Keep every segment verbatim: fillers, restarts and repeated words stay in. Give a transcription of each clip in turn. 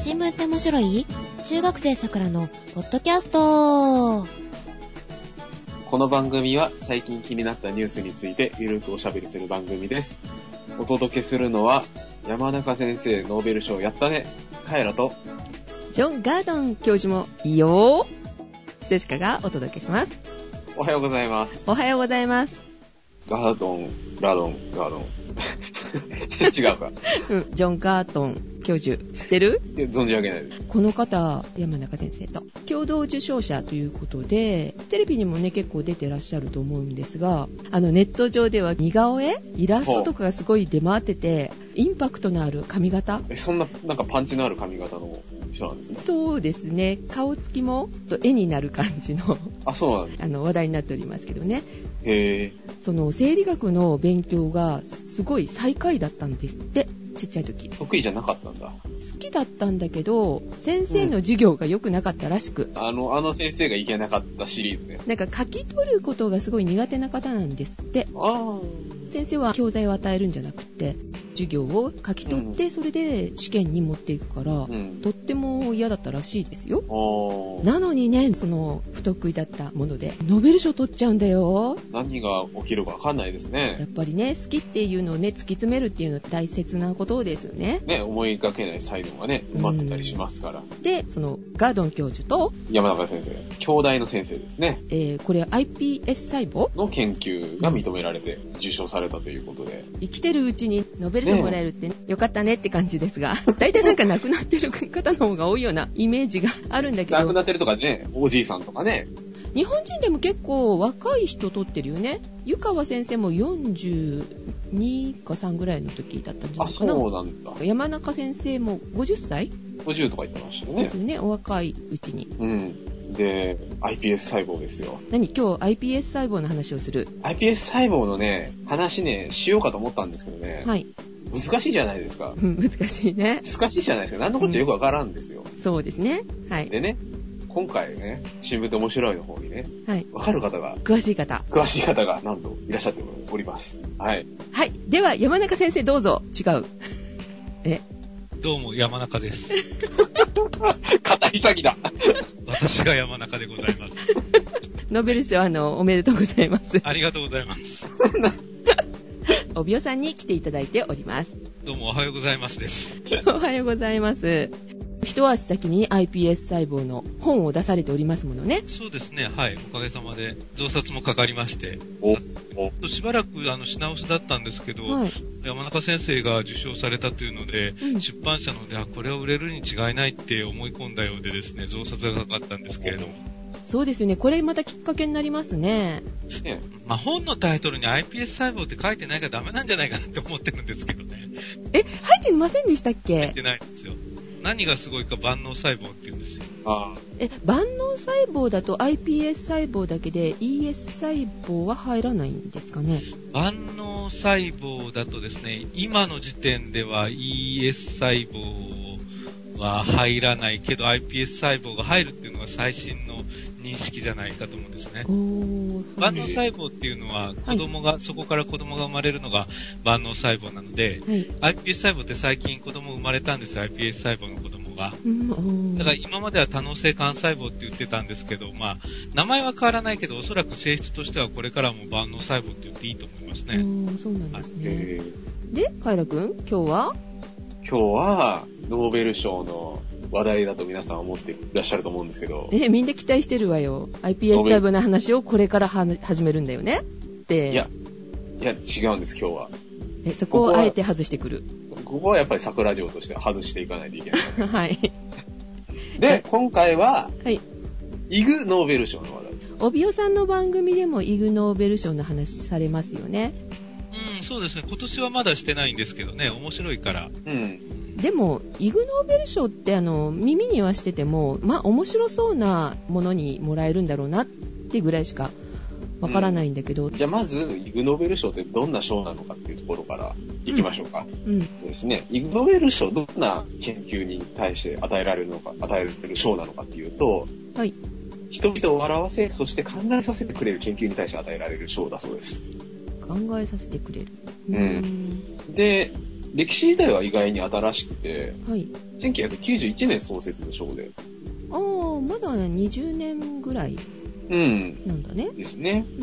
新聞って面白い？中学生さくらのポッドキャスト。 この番組は最近気になったニュースについてゆるくおしゃべりする番組です。お届けするのは山中先生ノーベル賞やったねカエラとジョン・ガードン教授もいいよジェシカがお届けします。 おはようございます。 おはようございます。 ガードンラドンガードン違うか、 うん、ジョン・ガードン教授知ってる？ 存じ上げないです。 この方山中先生と共同受賞者ということでテレビにもね結構出てらっしゃると思うんですが、あのネット上では似顔絵イラストとかがすごい出回っててインパクトのある髪型。 えそんななんかパンチのある髪型の人なんですね。 そうですね、顔つきも絵になる感じのあそうなんです。 あの話題になっておりますけどね。 へー。 その生理学の勉強がすごい最下位だったんですって。ちっちゃい時得意じゃなかったんだ。 好きだったんだけど先生の授業が良くなかったらしく、 うん、あのあの先生がいけなかったシリーズね。 なんか書き取ることがすごい苦手な方なんですって。 あ先生は教材を与えるんじゃなくて授業を書き取ってそれで試験に持っていくから、うん、とっても嫌だったらしいですよ。なのにね、その不得意だったものでノーベル賞取っちゃうんだよ。 何が起きるか分かんないですね。 やっぱりね、好きっていうのをね突き詰めるっていうのは大切なことですよね。 ね、思いがけない才能がね埋まってたりしますから。 で、そのガードン教授と山中先生、兄弟の先生ですね。 えー、これ アイピーエス 細胞の研究が認められて受賞されたということで、 生きてるうちにノーベル賞もらえるって、ね、よかったねって感じですが、大体なんか亡くなってる方の方が多いようなイメージがあるんだけど。亡くなってるとかね、おじいさんとかね。 日本人でも結構若い人取ってるよね。湯川先生もよんじゅうにかさんぐらいの時だったんじゃないかな。 あ、そうなんだ。 山中先生もごじゅっさいごじゅうとか言ってましたよね。 ですよね、お若いうちに。 うん。で アイピーエス 細胞ですよ。 何今日 アイピーエス 細胞の話をする。 アイピーエス 細胞のね話ねしようかと思ったんですけどね、 はい、 難しいじゃないですか。 難しいね。 難しいじゃないですか。何のことよくわからんですよ、 うん、そうですね。はい。 でね、今回ね新聞で面白いの方にね、はい、わかる方が詳しい方詳しい方がなんといらっしゃっております。はい、 はい、では山中先生どうぞ。違うえどうも山中です肩いさぎだ私が山中でございますノーベル賞あのおめでとうございます。 ありがとうございます帯尾さんに来ていただいております。 どうもおはようございますですおはようございます。一足先に アイピーエス 細胞の本を出されておりますものね。 そうですね、はい、おかげさまで増刷もかかりまして、おしばらくあの品薄だったんですけど、はい、山中先生が受賞されたというので、うん、出版社のではこれは売れるに違いないって思い込んだようでですね、増刷がかかったんですけれども。 そうですよね、これまたきっかけになりますね。 ね、まあ、本のタイトルに アイピーエス 細胞って書いてないからダメなんじゃないかなって思ってるんですけどね。 え、入ってませんでしたっけ？ 入ってないんですよ。何がすごいか万能細胞って言うんですよ。 ああ、 え、万能細胞だと アイピーエス 細胞だけで イーエス 細胞は入らないんですかね？ 万能細胞だとですね、今の時点では イーエス 細胞は入らないけど アイピーエス 細胞が入るっていうのが最新の認識じゃないかと思うんですね。万能細胞っていうのは子供が、はい、そこから子供が生まれるのが万能細胞なので、はい、アイピーエス 細胞って最近子供生まれたんですよ、アイピーエス 細胞の子供が。うん、だから今までは多能性幹細胞って言ってたんですけど、まあ名前は変わらないけどおそらく性質としてはこれからも万能細胞って言っていいと思いますね。 そうなんですね。で、カイラ君、今日は今日はノーベル賞の話題だと皆さん思っていらっしゃると思うんですけど、 え、みんな期待してるわよ。 アイピーエス 細胞の話をこれからは始めるんだよねって。 いやいや違うんです。今日はえ、そこをあえて外してくる。 ここはやっぱり桜城としては外していかないといけないはいで、今回は、 はい、 イグノーベル賞の話題。 帯尾さんの番組でもイグノーベル賞の話されますよね。 うん、そうですね。今年はまだしてないんですけどね、面白いから。 うん。 でもイグノーベル賞ってあの耳にはしてても、まあ面白そうなものにもらえるんだろうなってぐらいしかわからないんだけど、 うん、じゃあまずイグノーベル賞ってどんな賞なのかっていうところからいきましょうか。うん、ですね。イグノーベル賞どんな研究に対して与えられるのか、与えられる賞なのかっていうと、 はい、 人々を笑わせ、そして考えさせてくれる研究に対して与えられる賞だそうです。 考えさせてくれる。 うん。で、 歴史自体は意外に新しくて、 はい、 せんきゅうひゃくきゅうじゅういちねん創設の賞で。 ああ、まだにじゅうねんぐらいなんだね。 うん。ですね。 うん。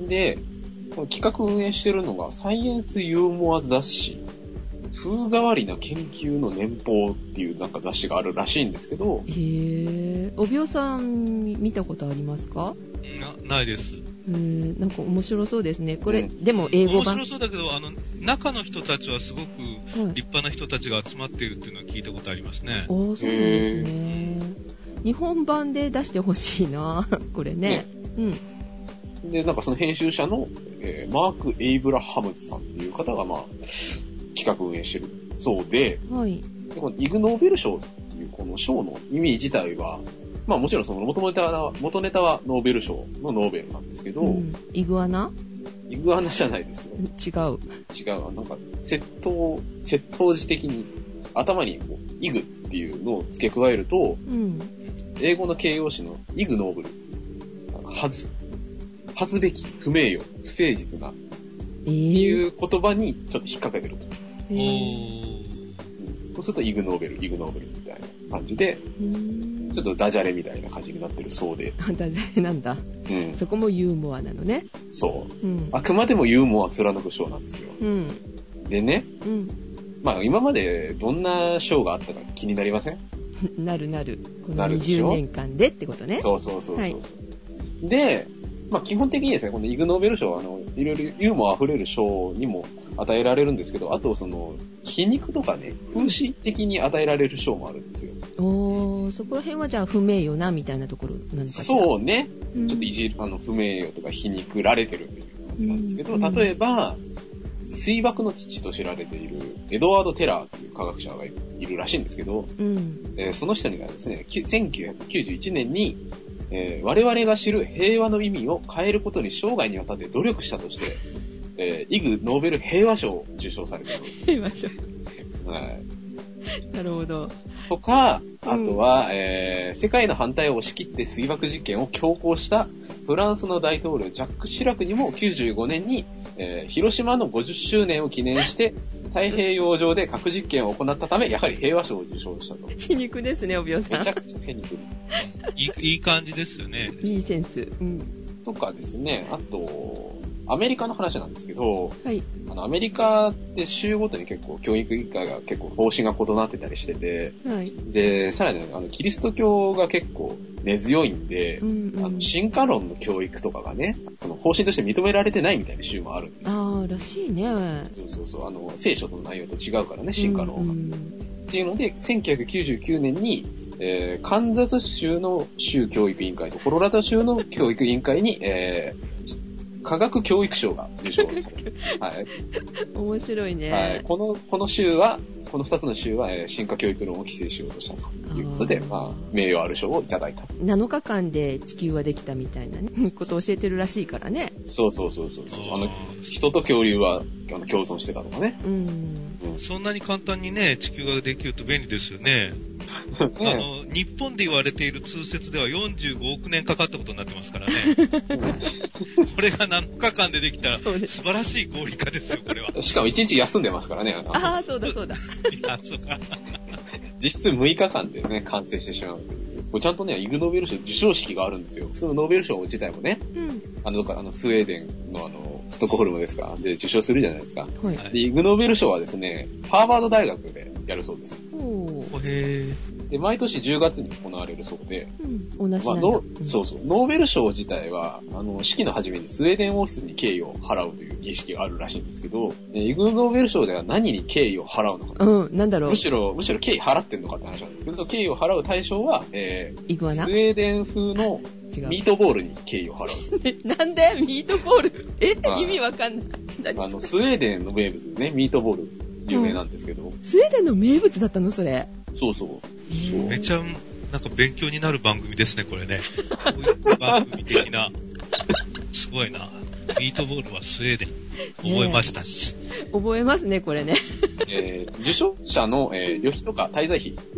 で、この企画運営してるのが、サイエンスユーモア雑誌、風変わりな研究の年報っていうなんか雑誌があるらしいんですけど。 へぇー。おびょうさん見たことありますか？ な、ないです。 えー、なんか面白そうですね。これ、うん、でも英語版。 面白そうだけど、あの、中の人たちはすごく立派な人たちが集まっているっていうのは聞いたことありますね。 ああ、そうなんですね。日本版で出してほしいな、これね。ね、 うん。で、なんかその編集者の、えー、マーク・エイブラハムズさんっていう方が、まあ、企画運営してるそうで、 はい。 でこのイグ・ノーベル賞っていうこの賞の意味自体は、まあもちろんその元ネタは、元ネタはノーベル賞のノーベルなんですけど、うん、 イグアナ？ イグアナじゃないですよ。 違う。 違う。なんか、窃盗、窃盗時的に頭にこうイグっていうのを付け加えると、うん、英語の形容詞のイグ・ノーベル、はず、はずべき、不名誉、不誠実な、っていう言葉にちょっと引っ掛けてると。 えー、 そうするとイグ・ノーベル、イグ・ノーベルみたいな感じで、ちょっとダジャレみたいな感じになってるそうで。 ダジャレなんだ。うん。そこもユーモアなのね。 そう。うん、あくまでもユーモア貫く賞なんですよ。 うん。 でね、 うん。 まあ今までどんな賞があったか気になりません？ なるなる。このにじゅうねんかんでってことね。 そうそうそうそう。はい、で、まあ基本的にですね、このイグ・ノーベル賞はあの、いろいろユーモア溢れる賞にも与えられるんですけど、あとその、皮肉とかね、風刺的に与えられる賞もあるんですよ。 おー、そこら辺はじゃあ不名誉なみたいなところなのかしら。 そうね。うん、ちょっといじあの不名誉とか皮肉られてるっていう感じなんですけど、うん、例えば、水爆の父と知られているエドワード・テラーという科学者がいるらしいんですけど、 うんえー、その人にはですね、せんきゅうひゃくきゅうじゅういちねんに、えー、我々が知る平和の意味を変えることに生涯にわたって努力したとして、えー、イグ・ノーベル平和賞を受賞されています。 平和賞。 はい。 なるほど。 とか、あとは、うんえー、世界の反対を押し切って水爆実験を強行したフランスの大統領ジャック・シラクにもきゅうじゅうごねんに、えー、広島のごじゅっしゅうねんを記念して太平洋上で核実験を行ったため、やはり平和賞を受賞したと。 皮肉ですね、おびょうさん。 めちゃくちゃ皮肉。 いい、いい感じですよね。 いいセンス。うん。 とかですね、あと、アメリカの話なんですけど、 はい、 あのアメリカって州ごとに結構教育委員会が結構方針が異なってたりしてて、 はい、 で、さらにあのキリスト教が結構根強いんで、 うんうん、 あの進化論の教育とかがね、その方針として認められてないみたいな州もあるんですよ。 ああ、らしいね。 そうそうそう、あの聖書の内容と違うからね、進化論が。うんうん、っていうので、せんきゅうひゃくきゅうじゅうきゅうねんに、えー、カンザス州の州教育委員会とコロラド州の教育委員会に、えー科学教育賞が受賞される。はい。 面白いね。 はい。この、この州は、この二つの州は、えー、進化教育論を規制しようとしたということで、まあ、名誉ある賞をいただいた。 なのかかんで地球はできたみたいなね、ことを教えてるらしいからね。 そうそうそうそう。あの、人と恐竜は、あの、共存してたとかね。 うん。 うん、そんなに簡単にね、地球ができると便利ですよね。あの、日本で言われている通説ではよんじゅうごおくねんかかったことになってますからね。これがなのかかんでできた素晴らしい合理化ですよ、これは。 しかもいちにち休んでますからね。 ああ、そうだそうだ。 いや、そうか。 実質むいかかんでね、完成してしまう。これちゃんとね、イグノーベル賞授賞式があるんですよ。そのノーベル賞自体もね、 うん、 あの、あのスウェーデンのあの、ストックホルムですか、で受賞するじゃないですか。 はい、 でイグノーベル賞はですね、ハーバード大学でやるそうです。 おー。へー。 で、毎年じゅうがつに行われるそうで、 うん、同じなんだ、 まあうん、そうそう、ノーベル賞自体は、あの、式の初めにスウェーデン王室に敬意を払うという儀式があるらしいんですけど、イグノーベル賞では何に敬意を払うのか。 うん、なんだろう。 むしろ、むしろ敬意払ってんのかって話なんですけど、敬意を払う対象は、えー、 イグアナ？ スウェーデン風のミートボールに敬意を払う。 なんでミートボールえ、はい、意味わかんない。 あの、スウェーデンの名物でね、ミートボール有名なんですけど、うん。 スウェーデンの名物だったのそれ。 そうそう。そうめちゃ、なんか勉強になる番組ですね、これね。こういう番組的な。すごいな。ミートボールはスウェーデン。覚えましたし。 ね、覚えますね、これね。 えー、受賞者の、えー、旅費とか滞在費、うん、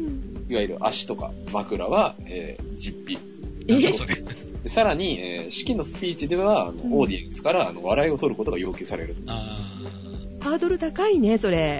いわゆる足とか枕は、えー、実費。 えー、 それでさらに、えー、式のスピーチでは、あの、うん、オーディエンスからあの笑いを取ることが要求される。 あハードル高いね、それ。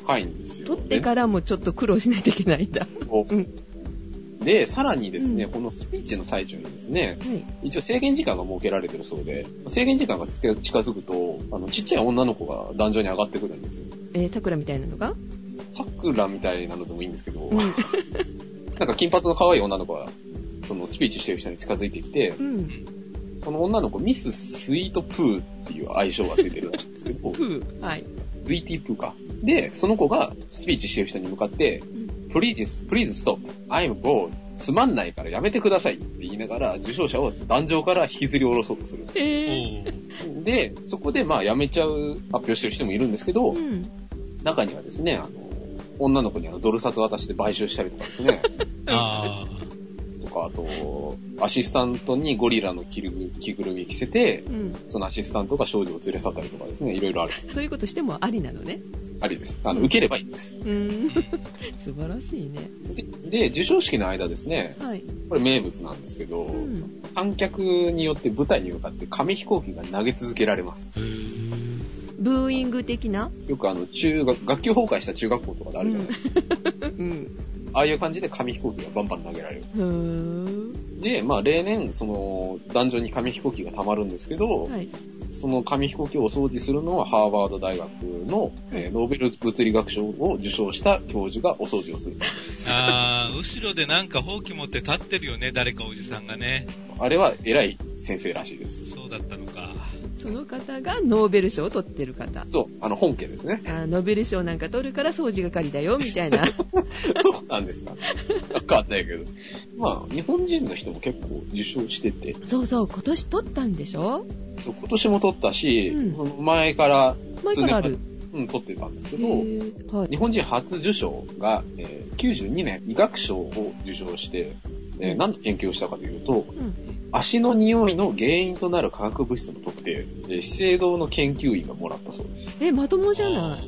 高いんですよ。 取ってからもちょっと苦労しないといけないんだ。うん、 で、さらにですね、うん、このスピーチの最中にですね、はい、一応制限時間が設けられてるそうで、制限時間が近づくと、あの、ちっちゃい女の子が壇上に上がってくるんですよ。 えー、桜みたいなのが桜みたいなのでもいいんですけど、うん、なんか金髪の可愛い女の子が、そのスピーチしてる人に近づいてきて、うん、この女の子、ミススイートプーっていう愛称がついてるらしいんですけど、 プー、はい。 スイーティープーか。で、その子がスピーチしてる人に向かって、うん、Please, please stop. I'm bored. つまんないからやめてくださいって言いながら、受賞者を壇上から引きずり下ろそうとする。 えー、で、そこでまあやめちゃう発表してる人もいるんですけど、うん、中にはですね、あの、女の子にあのドル札渡して買収したりとかですね。 あとか、あと、アシスタントにゴリラの着ぐるみ着せて、うん、そのアシスタントが少女を連れ去ったりとかですね、いろいろある。 そういうことしてもありなのね。 ありです。あの、うん、受ければいいんです。 うーん素晴らしいね。 で、で、授賞式の間ですね、はい、これ名物なんですけど、うん、観客によって舞台に向かって紙飛行機が投げ続けられます。 ブーイング的な？ よくあの、中学、学級崩壊した中学校とかであるじゃないですか。うん、ああいう感じで紙飛行機がバンバン投げられる。 うーんで、まあ例年、その、壇上に紙飛行機が溜まるんですけど、はい、その紙飛行機をお掃除するのはハーバード大学の、えー、ノーベル物理学賞を受賞した教授がお掃除をする。 あー、後ろでなんかほうき持って立ってるよね、誰かおじさんがね。 あれは偉い先生らしいです。 そうだったのか。 その方がノーベル賞を取ってる方。 そう、あの本家ですね。 あノーベル賞なんか取るから掃除係だよ、みたいな。 そうなんですか。わかんないけど。まあ、日本人の人も結構受賞してて。 そうそう、今年取ったんでしょ？ そう、今年も取ったし、うん、前から、 前からある。 うん、取ってたんですけど、はい、日本人初受賞が、えー、きゅうじゅうにねん医学賞を受賞して、えー、何の研究をしたかというと、うん、足の匂いの原因となる化学物質の特定、えー、資生堂の研究員がもらったそうです。 え、まともじゃない？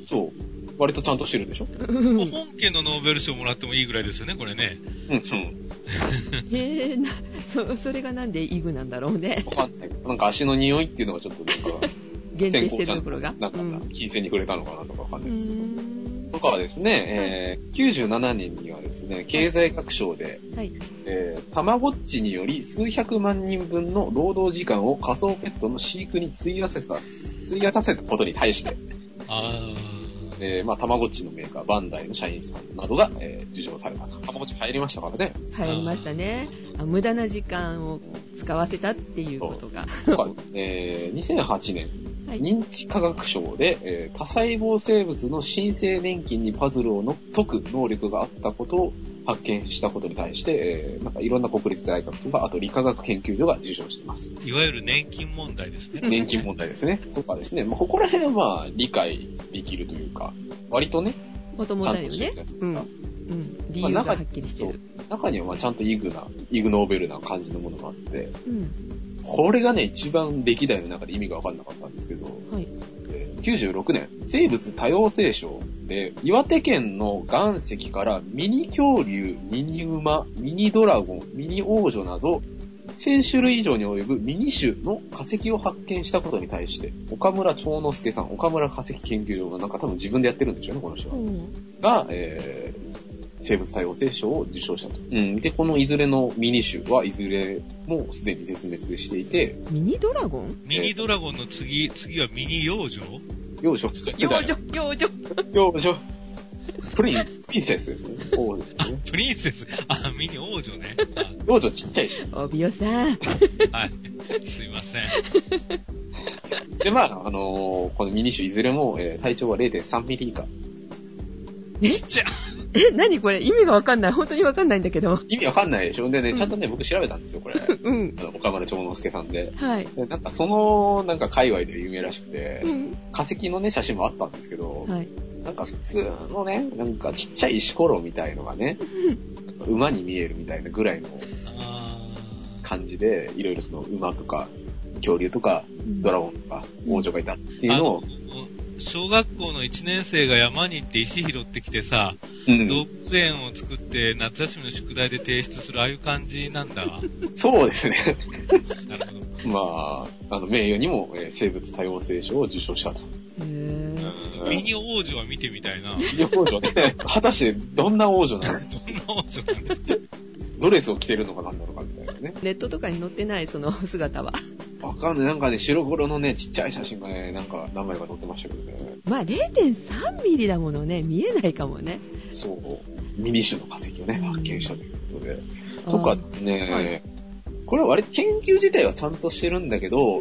そう。割とちゃんとしてるでしょ？ 本家のノーベル賞もらってもいいぐらいですよね、これね。 うん、そう。 へえ、な、そ、それがなんでイグなんだろうね。 わかんない。なんか足の匂いっていうのがちょっとなんか、 限定してるところが。 なんか、金銭に触れたのかなとかわかんないですけど。とかはですね、えー、きゅうじゅうななねんにはですね、経済学賞で、はいえー、たまごっちにより数百万人分の労働時間を仮想ペットの飼育に費やせた、費やさせたことに対して、 あえー、まあ、たまごっちのメーカー、バンダイの社員さんなどが、えー、受賞されたと。たまごっち流行りましたからね。 流行りましたね。あ無駄な時間を使わせたっていうことが。 えー、にせんはちねん、はい、認知科学賞で、えー、多細胞生物の新生年金にパズルをの解く能力があったことを発見したことに対して、えー、なんかいろんな国立大学とか、あと理化学研究所が受賞しています。 いわゆる年金問題ですね。 年金問題ですね。とかですね、まあ、ここら辺はまあ理解できるというか、割とね、 まともだよね。うん。うん。理由がはっきりしてる。 まあ、中にはまあちゃんとイグな、イグノーベルな感じのものがあって、うん。これがね、一番歴代の中で意味が分かんなかったんですけど、はい、きゅうじゅうろくねん、生物多様性賞で、岩手県の岩石からミニ恐竜、ミニ馬、ミニドラゴン、ミニ王女など、せん種類以上に及ぶミニ種の化石を発見したことに対して、岡村長之助さん、岡村化石研究所がなんか多分自分でやってるんでしょうね、この人は。うん、が、えー、生物多様性賞を受賞したと。うん。で、このいずれのミニ種はいずれもすでに絶滅していて。 ミニドラゴン？ ミニドラゴンの次、次はミニ幼女？ 幼女。 幼女、幼女。 幼女。プリン、プリンセスですね。王女ですね。 プリンセス。あ、ミニ王女ね。 幼女ちっちゃいし。 おびよさん。 はい。すいません。 で、まあ、あのー、このミニ種いずれも、えー、体長は れいてんさんミリ以下。 えちっちゃえ、何これ意味がわかんない。本当にわかんないんだけど。 意味わかんないでしょ。でね、ちゃんとね、うん、僕調べたんですよ、これ。 うん。 あの岡村長之助さんで。 はい。 で、なんかその、なんか界隈で有名らしくて、うん、化石のね、写真もあったんですけど、はい。なんか普通のね、なんかちっちゃい石ころみたいのがね、なんか馬に見えるみたいなぐらいの感じで、いろいろその馬とか、恐竜とか、ドラゴンとか、王女がいたっていうのを、 小学校のいちねん生が山に行って石拾ってきてさ、うん、動物園を作って夏休みの宿題で提出するああいう感じなんだ。 そうですね。 なるほど。 まあ、あの名誉にも、えー、生物多様性賞を受賞したと。 へー。 ミニ王女は見てみたいな。 ミニ王女ね。果たしてどんな王女なの？どんな王女なんですか？ ドレスを着てるのかなんなのかみたいなね。 ネットとかに載ってない、その姿は。 わかんない。なんかね、白黒のね、ちっちゃい写真がね、なんか何枚か載ってましたけどね。 まあ れいてんさんミリだものね、見えないかもね。 そう。ミニ種の化石をね、発見したということで。とかですね、はい、これは割と研究自体はちゃんとしてるんだけど、うん、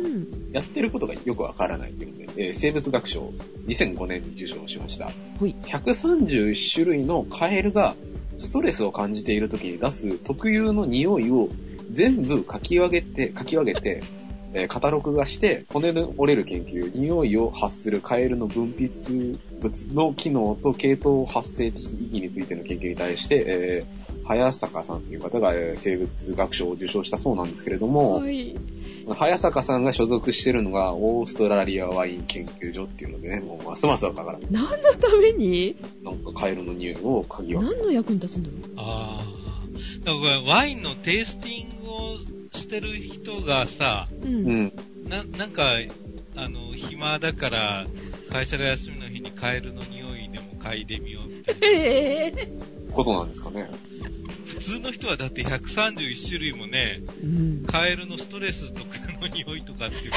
やってることがよくわからないというので、えー、生物学賞にせんごねんに受賞しました。ひゃくさんじゅういち種類のカエルがストレスを感じている時に出す特有の匂いを全部書き分けて、書き分けて、えー、カタログ化して、骨の折れる研究、匂いを発するカエルの分泌物の機能と系統発生的意義についての研究に対して、えー早坂さんという方が生物学賞を受賞したそうなんですけれども、はい、早坂さんが所属しているのがオーストラリアワイン研究所っていうのでね、もうますますわからない。 何のために？ なんかカエルの匂いを嗅ぎ分ける。 何の役に立つんだろう？ ああ。だからワインのテイスティングをしてる人がさ、うん、な, なんか、あの、暇だから会社が休みの日にカエルの匂いでも嗅いでみようみたいな。 へー。ことなんですかね。 普通の人はだってひゃくさんじゅういち種類もね、うん、カエルのストレスとかの匂いとかっていうか、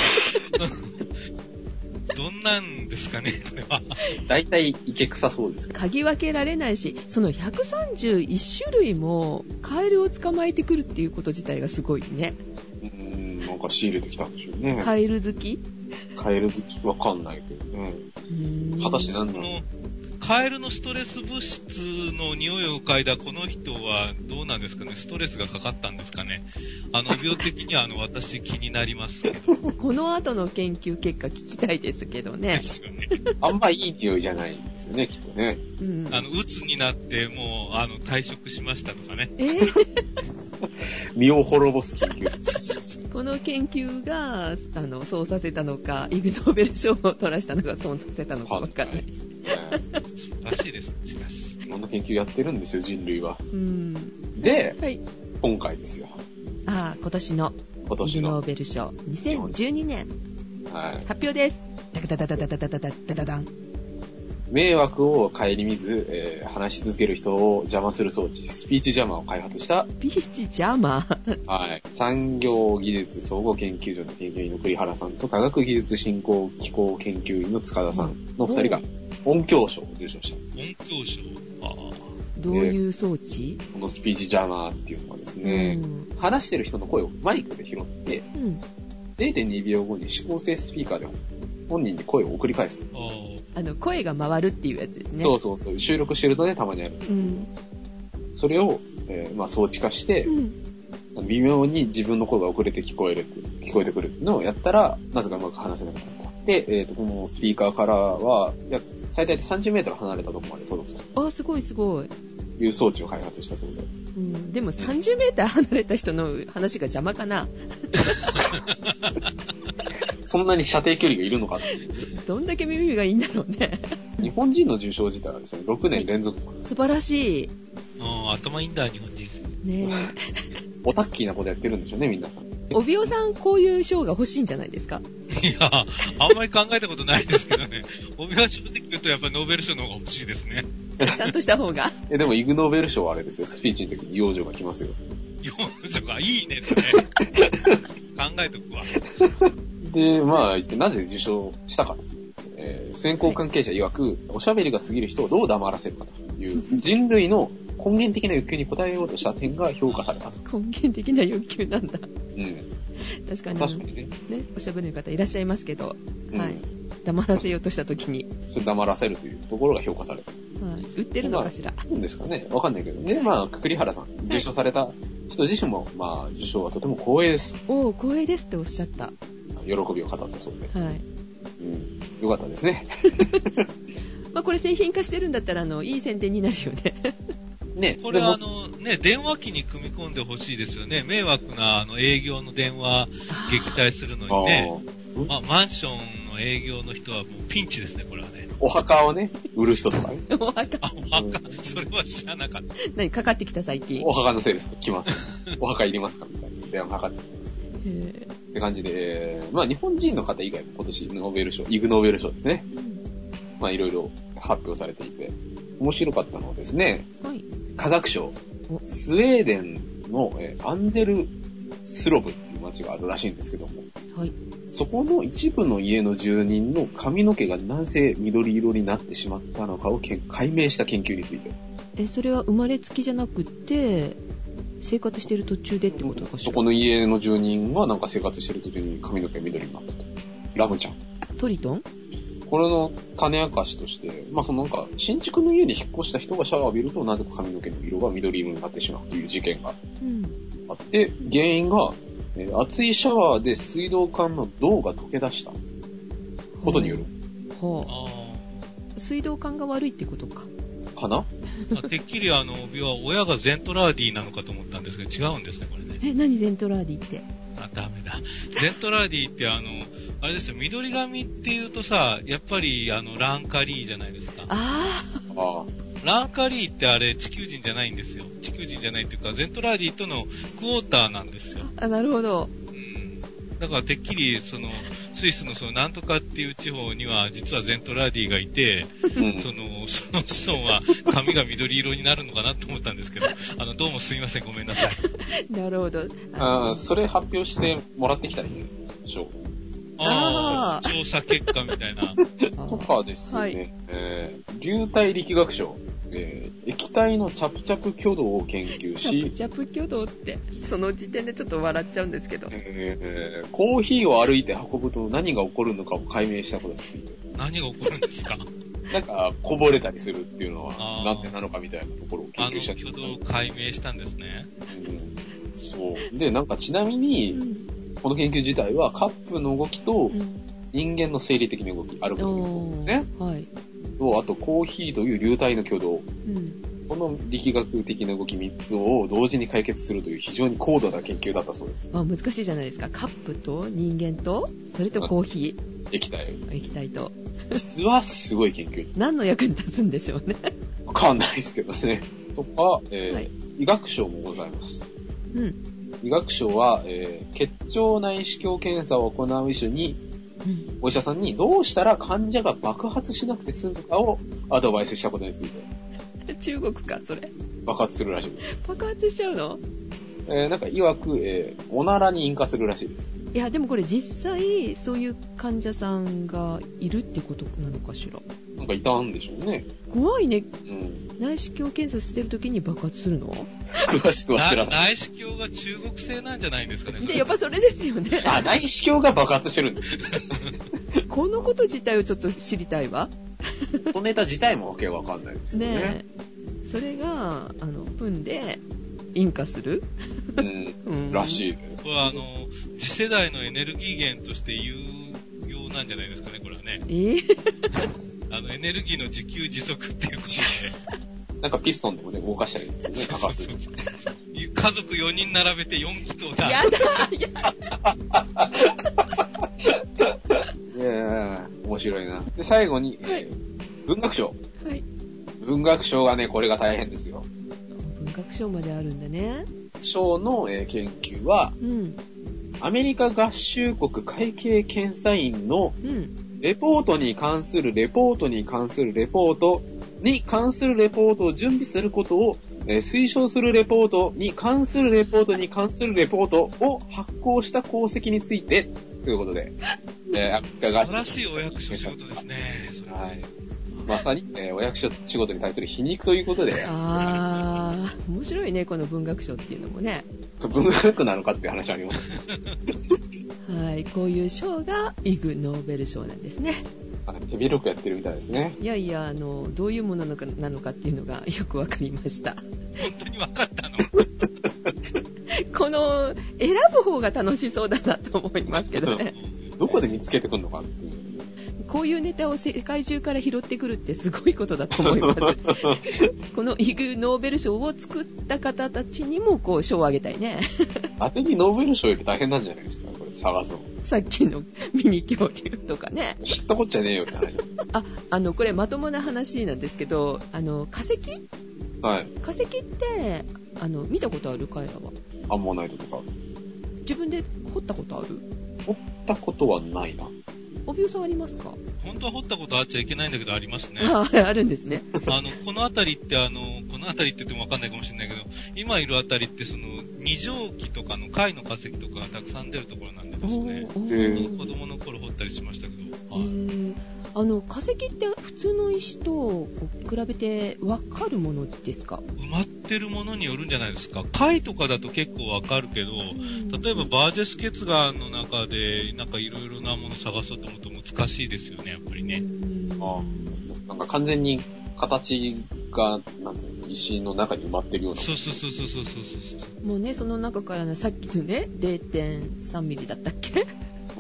どんなんですかね、これは。 大体いけくさそうですけど。 嗅ぎ分けられないし、そのひゃくさんじゅういち種類もカエルを捕まえてくるっていうこと自体がすごいね。 うーん、なんか仕入れてきたんでしょうね。 カエル好き？ カエル好きわかんないけどね。うーん、果たして何なの？ カエルのストレス物質の匂いを嗅いだこの人はどうなんですかね。ストレスがかかったんですかね。あの、病的にはあの、私気になりますけど。 この後の研究結果聞きたいですけどね。 ですよね。 あんまいい匂いじゃないんですよね、きっとね。 うん、あの、鬱になってもう、あの、退職しましたとかね。 えー、 身を滅ぼす研究。 この研究が、あの、そうさせたのか、イグ・ノーベル賞を取らしたのがそうさせたのかわかんないです。 素晴らしいです、しかし。 いろんな研究やってるんですよ、人類は。 うん、 で、はい、今回ですよ。 ああ、今年の今年のイグ・ノーベル賞にせんじゅうにねん、はい、発表です。ダダダダダダダダダダダダン。 迷惑を顧みず、えー、話し続ける人を邪魔する装置、スピーチジャマーを開発した。 スピーチジャマーはい。産業技術総合研究所の研究員の栗原さんと科学技術振興機構研究員の塚田さんの二人が音響賞を受賞した。 音響賞？ああ。 どういう装置？ このスピーチジャマーっていうのはですね、うん、話してる人の声をマイクで拾って、うん、れいてんにびょうごに指向性スピーカーで本人に声を送り返す。 あの、声が回るっていうやつですね。 そうそうそう。収録してるとね、たまにあるんですけど、うん、それを、えー、まあ、装置化して、うん、微妙に自分の声が遅れて聞こえる、聞こえてくるっていうのをやったら、なぜかうまく話せなくなった。で、えっと、このスピーカーからは、最大でさんじゅうメートル離れたところまで届くと。 あ、すごいすごい。 いう装置を開発したそうで。 うん、でもさんじゅうメートル離れた人の話が邪魔かな。 そんなに射程距離がいるのかって。 どんだけ耳がいいんだろうね。 日本人の受賞自体はですね、ろくねん連続です、はい、 素晴らしい。 ああ、頭いいんだ、日本人。 ねえ。 オタッキーなことやってるんでしょうね、皆さん。 帯尾さん、こういう賞が欲しいんじゃないですか？ いや、あんまり考えたことないですけどね。帯尾は正直言うとやっぱりノーベル賞の方が欲しいですね。 ちゃんとした方が。 え、でもイグノーベル賞はあれですよ、スピーチの時に養女が来ますよ。 養女がいいね、それ。考えとくわ。 で、まあ、なぜ受賞したかと。えー、選考関係者曰く、はい、おしゃべりが過ぎる人をどう黙らせるかという人類の根源的な欲求に応えようとした点が評価されたと。 根源的な欲求なんだ。 うん。 確かに。 確かにね。 ね、おしゃべりの方いらっしゃいますけど、うん、はい。黙らせようとしたときに。 それ黙らせるというところが評価された。 はい。売ってるのかしら。 そうですかね。わかんないけどね。まあ、栗原さん、受賞された人自身も、まあ、受賞はとても光栄です。 おー、光栄ですっておっしゃった。 喜びを語ったそうで。 はい。 うん。よかったですね。 まあ、これ製品化してるんだったら、あの、いい宣伝になるよね。 ね、これはあの、ね、電話機に組み込んでほしいですよね。迷惑な、あの、営業の電話、撃退するのにね。まあ、マンションの営業の人はもうピンチですね、これはね。 お墓をね、売る人とかね。 お墓あ、お墓、うん、それは知らなかった。 何、かかってきた最近。 お墓のセールス来ます。お墓いりますかみたいな電話かかってきます。へーって感じで、えー、まあ日本人の方以外も今年ノーベル賞、イグノーベル賞ですね。 まあいろいろ発表されていて、面白かったのはですね、 はい、 科学省、スウェーデンの、えー、アンデルスロブっていう町があるらしいんですけども、 はい、 そこの一部の家の住人の髪の毛がなぜ緑色になってしまったのかを解明した研究について。 え、それは生まれつきじゃなくて、生活してる途中でってことかしら。 そこの家の住人はなんか生活してる途中に髪の毛が緑になったと。ラムちゃん。 トリトン？ これの種明かしとして、まあそのなんか新築の家に引っ越した人がシャワーを浴びるとなぜか髪の毛の色が緑色になってしまうという事件があって、うん、原因が、えー、熱いシャワーで水道管の銅が溶け出したことによる。 はあはあ、水道管が悪いってことか。 かな？ てっきりあの帯は親がゼントラーディなのかと思ったんですけど違うんですねこれね。 え、何ゼントラーディって？ あ、ダメだ。ゼントラーディってあのあれですよ、緑髪っていうとさ、やっぱりあのランカリーじゃないですか。 ああ。 ランカリーってあれ地球人じゃないんですよ。地球人じゃないっていうかゼントラーディとのクォーターなんですよ。 あ、なるほど。 うん。だからてっきりそのスイスのそのなんとかっていう地方には実はゼントラーディがいて、うん、そのその子孫は髪が緑色になるのかなと思ったんですけど、あのどうもすみません、ごめんなさい。 なるほど。 ああ、それ発表してもらってきたらいいんでしょう。 ああ、調査結果みたいな。 とかですね、はい、えー、流体力学賞、えー、液体のチャプチャプ挙動を研究し、 チャプチャプ挙動って、その時点でちょっと笑っちゃうんですけど。 えー、コーヒーを歩いて運ぶと何が起こるのかを解明したことについて。 何が起こるんですか？ なんか、こぼれたりするっていうのは、なんでなのかみたいなところを研究した。 あの挙動を解明したんですね。 うん、そう。で、なんかちなみに、うんこの研究自体はカップの動きと人間の生理的な動き、あることですね。 はい。 と、あとコーヒーという流体の挙動。うん、この力学的な動きみっつを同時に解決するという非常に高度な研究だったそうです。 あ、難しいじゃないですか。カップと人間と、それとコーヒー。液体。 液体と。 実はすごい研究。 何の役に立つんでしょうね。 わかんないですけどね。とか、えーはい、医学賞もございます。うん。医学賞は、えー、血腸内視鏡検査を行う医師に、うん、お医者さんにどうしたら患者が爆発しなくて済むかをアドバイスしたことについて。 中国か、それ。 爆発するらしいです。 爆発しちゃうの？ えー、なんか曰く、えー、おならに引火するらしいです。 いや、でもこれ実際、そういう患者さんがいるってことなのかしら。 なんかいたんでしょうね。 怖いね。うん。内視鏡検査してるときに爆発するの？ 詳しくは知らない。 内視鏡が中国製なんじゃないんですかね。 で、やっぱそれですよね。 あ、内視鏡が爆発してるんです。 このこと自体をちょっと知りたいわ。 このネタ自体もわけわかんないですよね。ねえ。それが、あの、糞で引火する？ うん。うん、らしい。 これはあの、次世代のエネルギー源として有用なんじゃないですかね、これはね。 えー、 あの、エネルギーの自給自足っていうことで。なんかピストンでもね、動かしたらいいんですよね、かかってる。 家族よにん並べてよん気筒だ。 やだやだいやー、面白いな。で、最後に、はい、えー、文学賞。 はい。 文学賞がね、これが大変ですよ。 文学賞まであるんだね。 賞の、えー、研究は、うん、アメリカ合衆国会計検査院のレポートに関するレポートに関するレポートに関するレポートを準備することを、えー、推奨するレポートに関するレポートに関するレポートを発行した功績についてということで、 えー、素晴らしいお役所仕事ですね。 はい。まさに、えー、お役所仕事に対する皮肉ということで。 あー、面白いね、この文学賞っていうのもね。 文学なのかっていう話あります。 はい、こういう賞がイグ・ノーベル賞なんですね。 手広くやってるみたいですね。 いやいや、あの、どういうものなのか、なのかっていうのがよくわかりました。 本当にわかったの？ この、選ぶ方が楽しそうだなと思いますけどね。 どこで見つけてくるのかっていう。 こういうネタを世界中から拾ってくるってすごいことだと思います。このイグ・ノーベル賞を作った方たちにもこう賞をあげたいね。 当てにノーベル賞より大変なんじゃないですか、これ探すの。 さっきのミニ恐竜とかね。 知ったこっちゃねえよって話。 あ、あのこれまともな話なんですけど、あの化石？ はい。 化石ってあの見たことある？カエラは。 アンモナイトとか。 自分で掘ったことある？ 掘ったことはないな。 おびおさんありますか？ 本当は掘ったことあっちゃいけないんだけどありますね。 ああ、あるんですね。 あの、この辺りって、あの、この辺りって言ってもわかんないかもしれないけど、今いる辺りって、その、二条紀とかの貝の化石とかがたくさん出るところなんでですね、子供の頃掘ったりしましたけど、はい、 あの化石って普通の石とこう比べて分かるものですか？ 埋まってるものによるんじゃないですか。貝とかだと結構分かるけど、例えばバージェス結岩の中でなんかいろいろなものを探そうと思うと難しいですよね、やっぱりね。 ああ、なんか完全に形がなんていうの、石の中に埋まってるような。 そうそうそうそうそうそうそう。 もうね、その中からね、さっきのね れいてんさんミリだったっけ？ うん。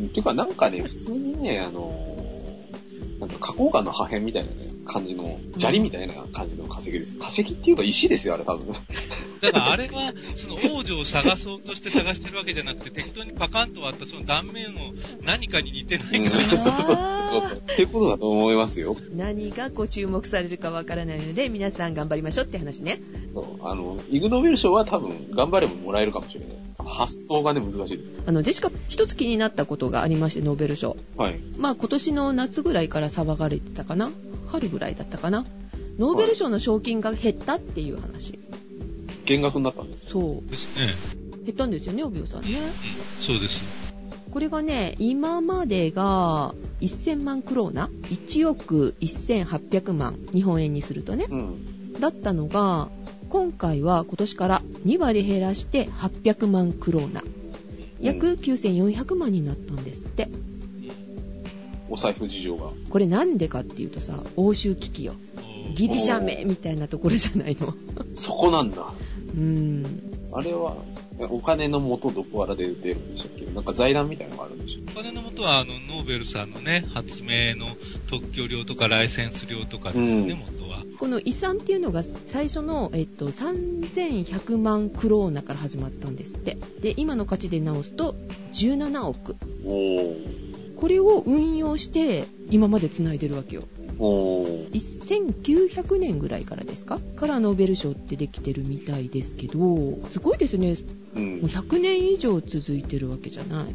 ていうかなんかね、普通にね、あの。なんか花崗岩の破片みたいなね、感じの、砂利みたいな感じの化石です。化石っていうか石ですよ、あれ多分。 だからあれは、その王女を探そうとして探してるわけじゃなくて、適当にパカンと割ったその断面を何かに似てないか、 うん、そうそうそうそう。っていうことだと思いますよ。 何がご注目されるかわからないので、皆さん頑張りましょうって話ね。 そう。あの、イグノーベル賞は多分頑張ればもらえるかもしれない。発想がね、難しいです。 あの、ジェシカ、一つ気になったことがありまして、ノーベル賞。 はい。 まあ今年の夏ぐらいから騒がれてたかな、春ぐらいだったかな、ノーベル賞の賞金が減ったっていう話。 減額になったんですか？ そうですね。 減ったんですよね、帯尾さんね。 うん、そうです。 これがね、今までがせんまんクローナ、いちおくせんはっぴゃくまん、日本円にするとね、うん、だったのが、今回は今年からにわり減らしてはっぴゃくまんクローナ、約きゅうせんよんひゃくまんになったんですって。 お財布事情が。 これなんでかっていうとさ、欧州危機よ。ギリシャ名みたいなところじゃないの。 そこなんだ。 うーん。 あれはお金の元どこから出るんでしたっけ？なんか財団みたいなのがあるんでしょ？ お金の元はあのノーベルさんのね、発明の特許料とかライセンス料とかですよね、うん、元は。 この遺産っていうのが最初の、えっと、さんぜんひゃくまんクローナから始まったんですって。で、今の価値で直すとじゅうななおく。おー。これを運用して今まで繋いでるわけよ。おせんきゅうひゃくねんぐらいからですかからノーベル賞ってできてるみたいですけど、すごいですね、うん、もうひゃくねん以上続いてるわけじゃない。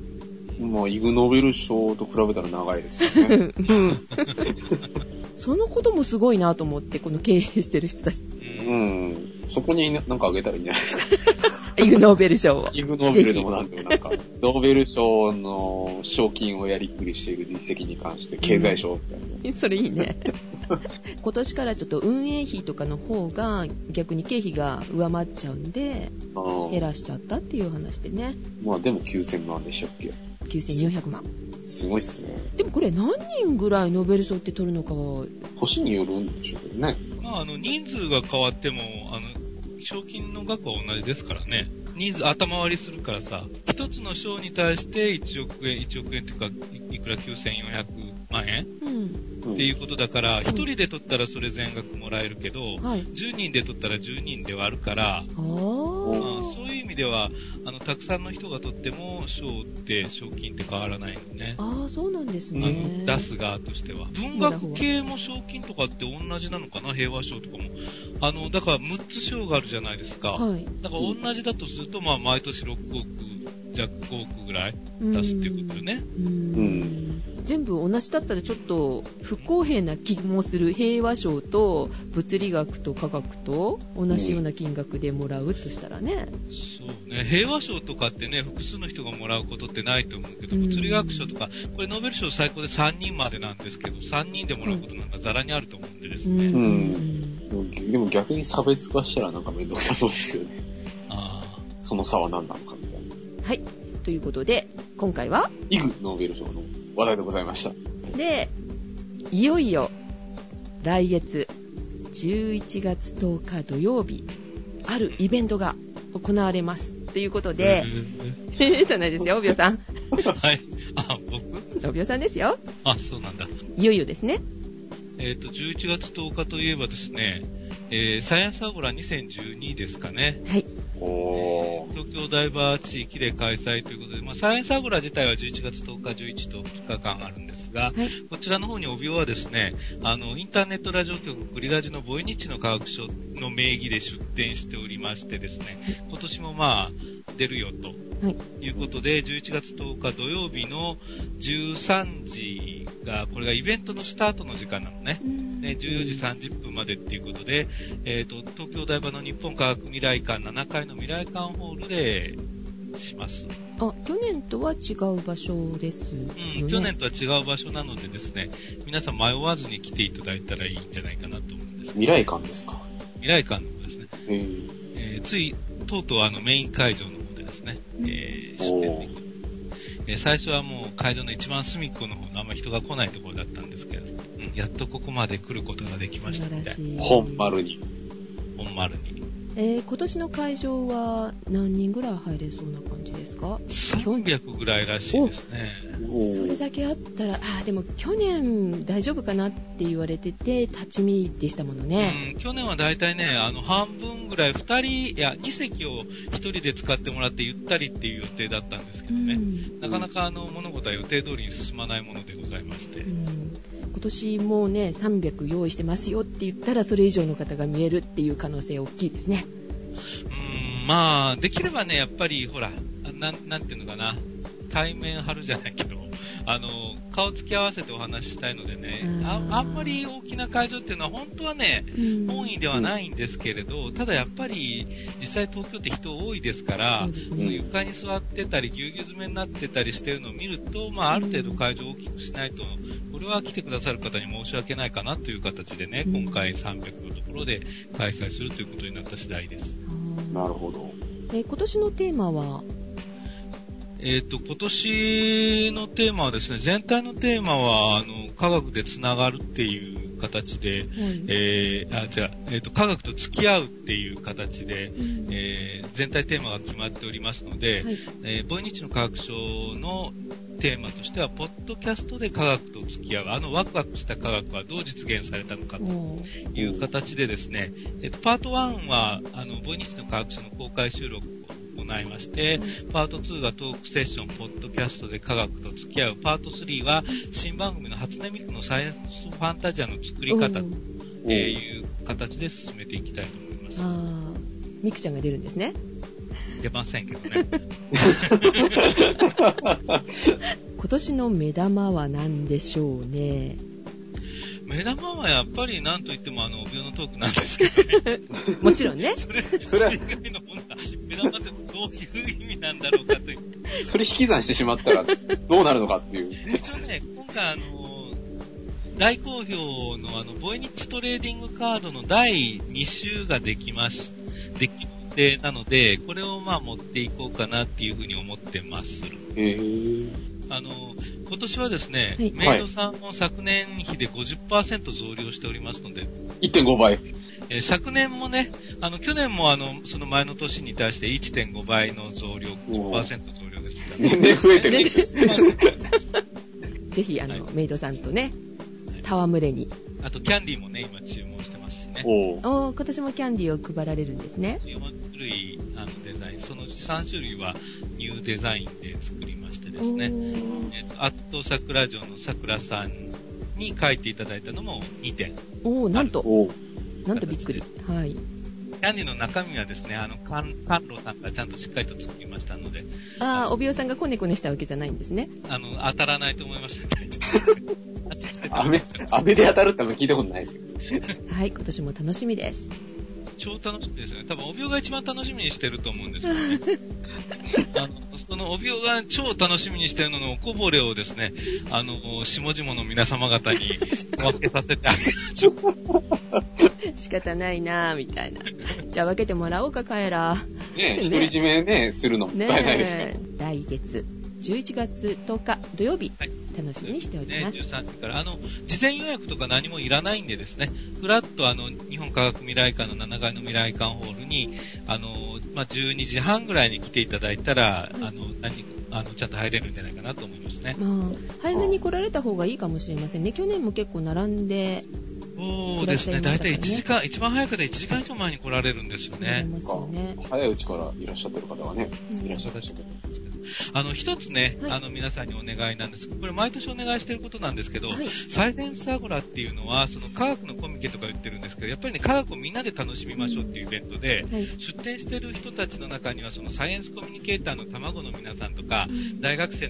まあイグノーベル賞と比べたら長いですよね、うん、 そのこともすごいなと思って、この経営してる人たち、 うん、そこになんかあげたらいいんじゃないですか。 イグノーベル賞を。 イグノーベルでもなんでもなんか、ノーベル賞の賞金をやりくりしている実績に関して経済賞みたいな、 うん。それいいね。今年からちょっと運営費とかの方が逆に経費が上回っちゃうんで、減らしちゃったっていう話でね。 まあでもきゅうせんまんでしたっけ？ きゅうせんよんひゃくまん。 すごいっすね。 でもこれ何人ぐらいノーベル賞って取るのか年によるんでしょうけどね。 まああの人数が変わってもあの賞金の額は同じですからね。人数頭割りするからさ、一つの賞に対していちおくえん、いちおくえんっていうか、いくらきゅうせんよんひゃくまんえん、うん、っていうことだから、一、うん、人で取ったらそれ全額もらえるけど、はい、じゅうにんで取ったらじゅうにんで割るから、まあ、そういう意味では、あの、たくさんの人が取っても、賞って、賞金って変わらないのね。 ああ、そうなんですね。 出す側としては。文学系も賞金とかって同じなのかな、平和賞とかも。あの、だからむっつ賞があるじゃないですか。はい。だから同じだとすると、まあ、毎年ろくおく弱ごおくぐらい出すっていうことよね。うん。 うん全部同じだったらちょっと不公平な気もする。平和賞と物理学と科学と同じような金額でもらうとしたらね、うん、 そうね。平和賞とかってね、複数の人がもらうことってないと思うけど、物理学賞とかこれノーベル賞最高でさんにんまでなんですけど、さんにんでもらうことなんかザラにあると思うんでですね、うんうん、 でも逆に差別化したらなんかめんどくさそうですよね。ああ、その差は何なのかみたいな。はい、ということで今回はイグノーベル賞の話題でございました。 で、いよいよ来月じゅういちがつとおか土曜日、あるイベントが行われますということで、えー、じゃないですよ、帯尾さん。 はい。あ、僕？ 帯尾さんですよ。 あ、そうなんだ。 いよいよですね。 えっと、じゅういちがつとおかといえばですね、えー、サイエンスアゴラにせんじゅうにですかね。 はい。 おー。 東京台場地域で開催ということで、まあ、サイエンスアゴラ自体はじゅういちがつとおか、じゅういちとふつかかんあるんですが、はい、こちらの方に帯尾はですね、あの、インターネットラジオ局グリラジのボイニッチの科学賞の名義で出展しておりましてですね、今年もまあ、出るよということで、じゅういちがつとおか土曜日のじゅうさんじが、これがイベントのスタートの時間なのね。ね、じゅうよじさんじゅっぷんまでっていうことで、えっと、東京台場の日本科学未来館ななかいの未来館ホールでします。 あ、去年とは違う場所ですよね。 うん、去年とは違う場所なのでですね、皆さん迷わずに来ていただいたらいいんじゃないかなと思うんです。 未来館ですか？ 未来館の方ですね。えー、つい、とうとうあのメイン会場の方でですね、えー、出展できる。えー、最初はもう会場の一番隅っこの方のあんま人が来ないところだったんですけど、うん、やっとここまで来ることができましたみたい。 本丸に。 本丸に。 えー、今年の会場は何人ぐらい入れそうな感じですか？ さんびゃくぐらいらしいですね。 それだけあったら、あ、でも去年大丈夫かなって言われてて、立ち見でしたものね。 うん、去年はだいたいね、あの、半分ぐらい、ふたり、いや、に席をひとりで使ってもらってゆったりっていう予定だったんですけどね。うん、なかなかあの、物事は予定通りに進まないものでございまして。うん、 今年もうね、さんびゃく用意してますよって言ったら、それ以上の方が見えるっていう可能性大きいですね。 うん、まあ、できればね、やっぱり、ほら、なん、なんていうのかな、対面張るじゃないけど、あの、顔つき合わせてお話ししたいのでね、あ, あんまり大きな会場っていうのは本当はね、本意ではないんですけれど、ただやっぱり実際東京って人多いですから、ね、床に座ってたりぎゅうぎゅう詰めになってたりしてるのを見ると、まあある程度会場を大きくしないと、これは来てくださる方に申し訳ないかなという形でね、今回さんびゃくのところで開催するということになった次第です。 なるほど。 え、今年のテーマはえっと、今年のテーマはですね、全体のテーマは、あの、科学でつながるっていう形で、はい、えー、あ、じゃあ、えっと、科学と付き合うっていう形で、うん、えー、全体テーマが決まっておりますので、はい、えー、ボイニッチの科学賞のテーマとしては、ポッドキャストで科学と付き合う、あのワクワクした科学はどう実現されたのかという形でですね、えっと、パートワンは、あの、ボイニッチの科学賞の公開収録を行いまして、パートツーがトークセッション、ポッドキャストで科学と付き合う、パートスリーは新番組の初音ミクのサイエンスファンタジアの作り方という形で進めていきたいと思います。 あー、ミクちゃんが出るんですね。 出ませんけどね。 今年の目玉は何でしょうね。 目玉はやっぱり何と言ってもあの、お病のトークなんですけどね。 もちろんね。 それ、それ以外のものが、目玉ってどういう意味なんだろうかという。 それ引き算してしまったらどうなるのかっていう。 一応ね、今回あの、大好評のあの、ボイニッチトレーディングカードのだいに週ができまし、できて、なので、これをまあ持っていこうかなっていうふうに思ってます。 へー。 あの、今年はですね、はい、メイドさんも昨年比で ごじゅっパーセント 増量しておりますので、 いってんご 倍。 えー、昨年もね、あの、去年もあの、その前の年に対して いってんご 倍の増量、じゅっパーセント 増量ですから、ね。 年々増えてるんですよ。 ぜひ、あの、はい、メイドさんとね、戯れに。 あと、キャンディーもね、今注文してますしね。 おお、今年もキャンディーを配られるんですね。 よん種類、あの、デザイン、そのうちさん種類はニューデザインで作りましてですね。えっと、アット桜城の桜さんに書いていただいたのもにてん。 おお、なんと。なんとびっくり。はい。 キャンディーの中身はですね、あの、甘露さんがちゃんとしっかりと作りましたので。 ああ、おびおさんがコネコネしたわけじゃないんですね。 あの、当たらないと思いました。 飴、飴で当たるって聞いたことないですけど。はい、今年も楽しみです。 超楽しみですよね。多分、おびおが一番楽しみにしてると思うんですよね。あの、そのおびおが超楽しみにしてるののこぼれをですね、あの、下々の皆様方に分けさせてあげる。 仕方ないなぁ、みたいな。じゃあ分けてもらおうか、カエラ。 ねえ、独り占めね、するのもったいないですよ。 来月、じゅういちがつとおか土曜日、はい、楽しみにしております。 ね、じゅうさんじから、あの、事前予約とか何もいらないんでですね、ふらっとあの、日本科学未来館のななかいの未来館ホールに、あの、まあ、じゅうにじはんぐらいに来ていただいたら、うん、あの、何、あの、ちゃんと入れるんじゃないかなと思いますね。 まあ、早めに来られた方がいいかもしれませんね。去年も結構並んで、 そうですね。だいたいいちじかん、一番早くでいちじかん以上前に来られるんですよね。 ね、 早いうちからいらっしゃってる方がね、うん、いらっしゃってるんですけど。 あの、一つね、はい、あの、皆さんにお願いなんです。これ毎年お願いしてることなんですけど、はい、サイレンスアゴラっていうのは、その科学のコミケとか言ってるんですけど、やっぱりね、科学をみんなで楽しみましょうっていうイベントで、はい、出展してる人たちの中には、そのサイエンスコミュニケーターの卵の皆さんとか、うん、大学生の方とか、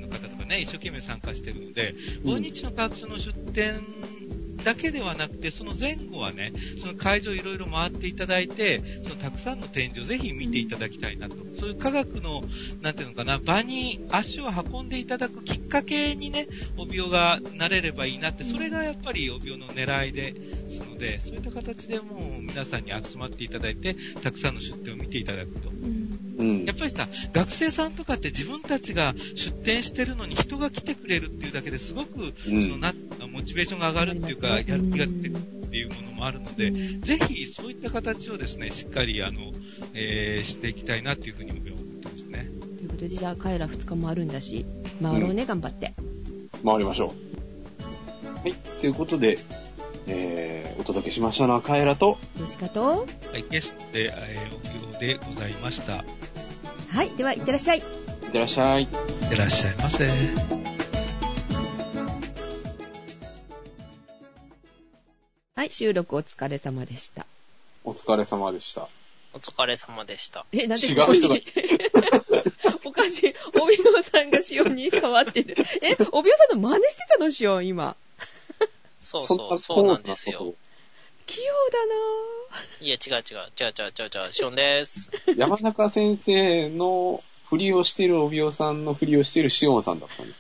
ね、一生懸命参加してるので、訪日の科学書の出展だけではなくて、その前後はね、その会場いろいろ回っていただいて、そのたくさんの展示をぜひ見ていただきたいなと。そういう科学の、なんていうのかな、場に足を運んでいただくきっかけにね、帯広がなれればいいなって、それがやっぱり帯広の狙いですので、そういった形でもう皆さんに集まっていただいて、たくさんの出展を見ていただくと。うん、やっぱりさ、学生さんとかって自分たちが出展してるのに人が来てくれるっていうだけですごく、うん、そのなモチベーションが上がるっていうか、やる気が出てくるっていうものもあるので、うん、ぜひそういった形をですね、しっかりあの、えー、していきたいなっていうふうに思ってますね。 ということで、じゃあカエラふつかもあるんだし、回ろうね、うん、頑張って。 回りましょう。はい、ということで、えー、お届けしましたのはカエラとジェシカと、 はい、ゲストで、えー、帯広でございました。 はい、では、いってらっしゃい。いってらっしゃい。いってらっしゃいませ。 はい、収録お疲れ様でした。 お疲れ様でした。 お疲れ様でした。 え、なんで違う人だ。 おかしい。帯広さんがシオンに変わってる。え、帯広さんの真似してたのシオン、今。 そうそう、そうなんですよ。 器用だなぁ。 いや、違う違う、違う違う違う違う、シオンです。 山中先生のふりをしている帯広さんのふりをしているシオンさんだったんです。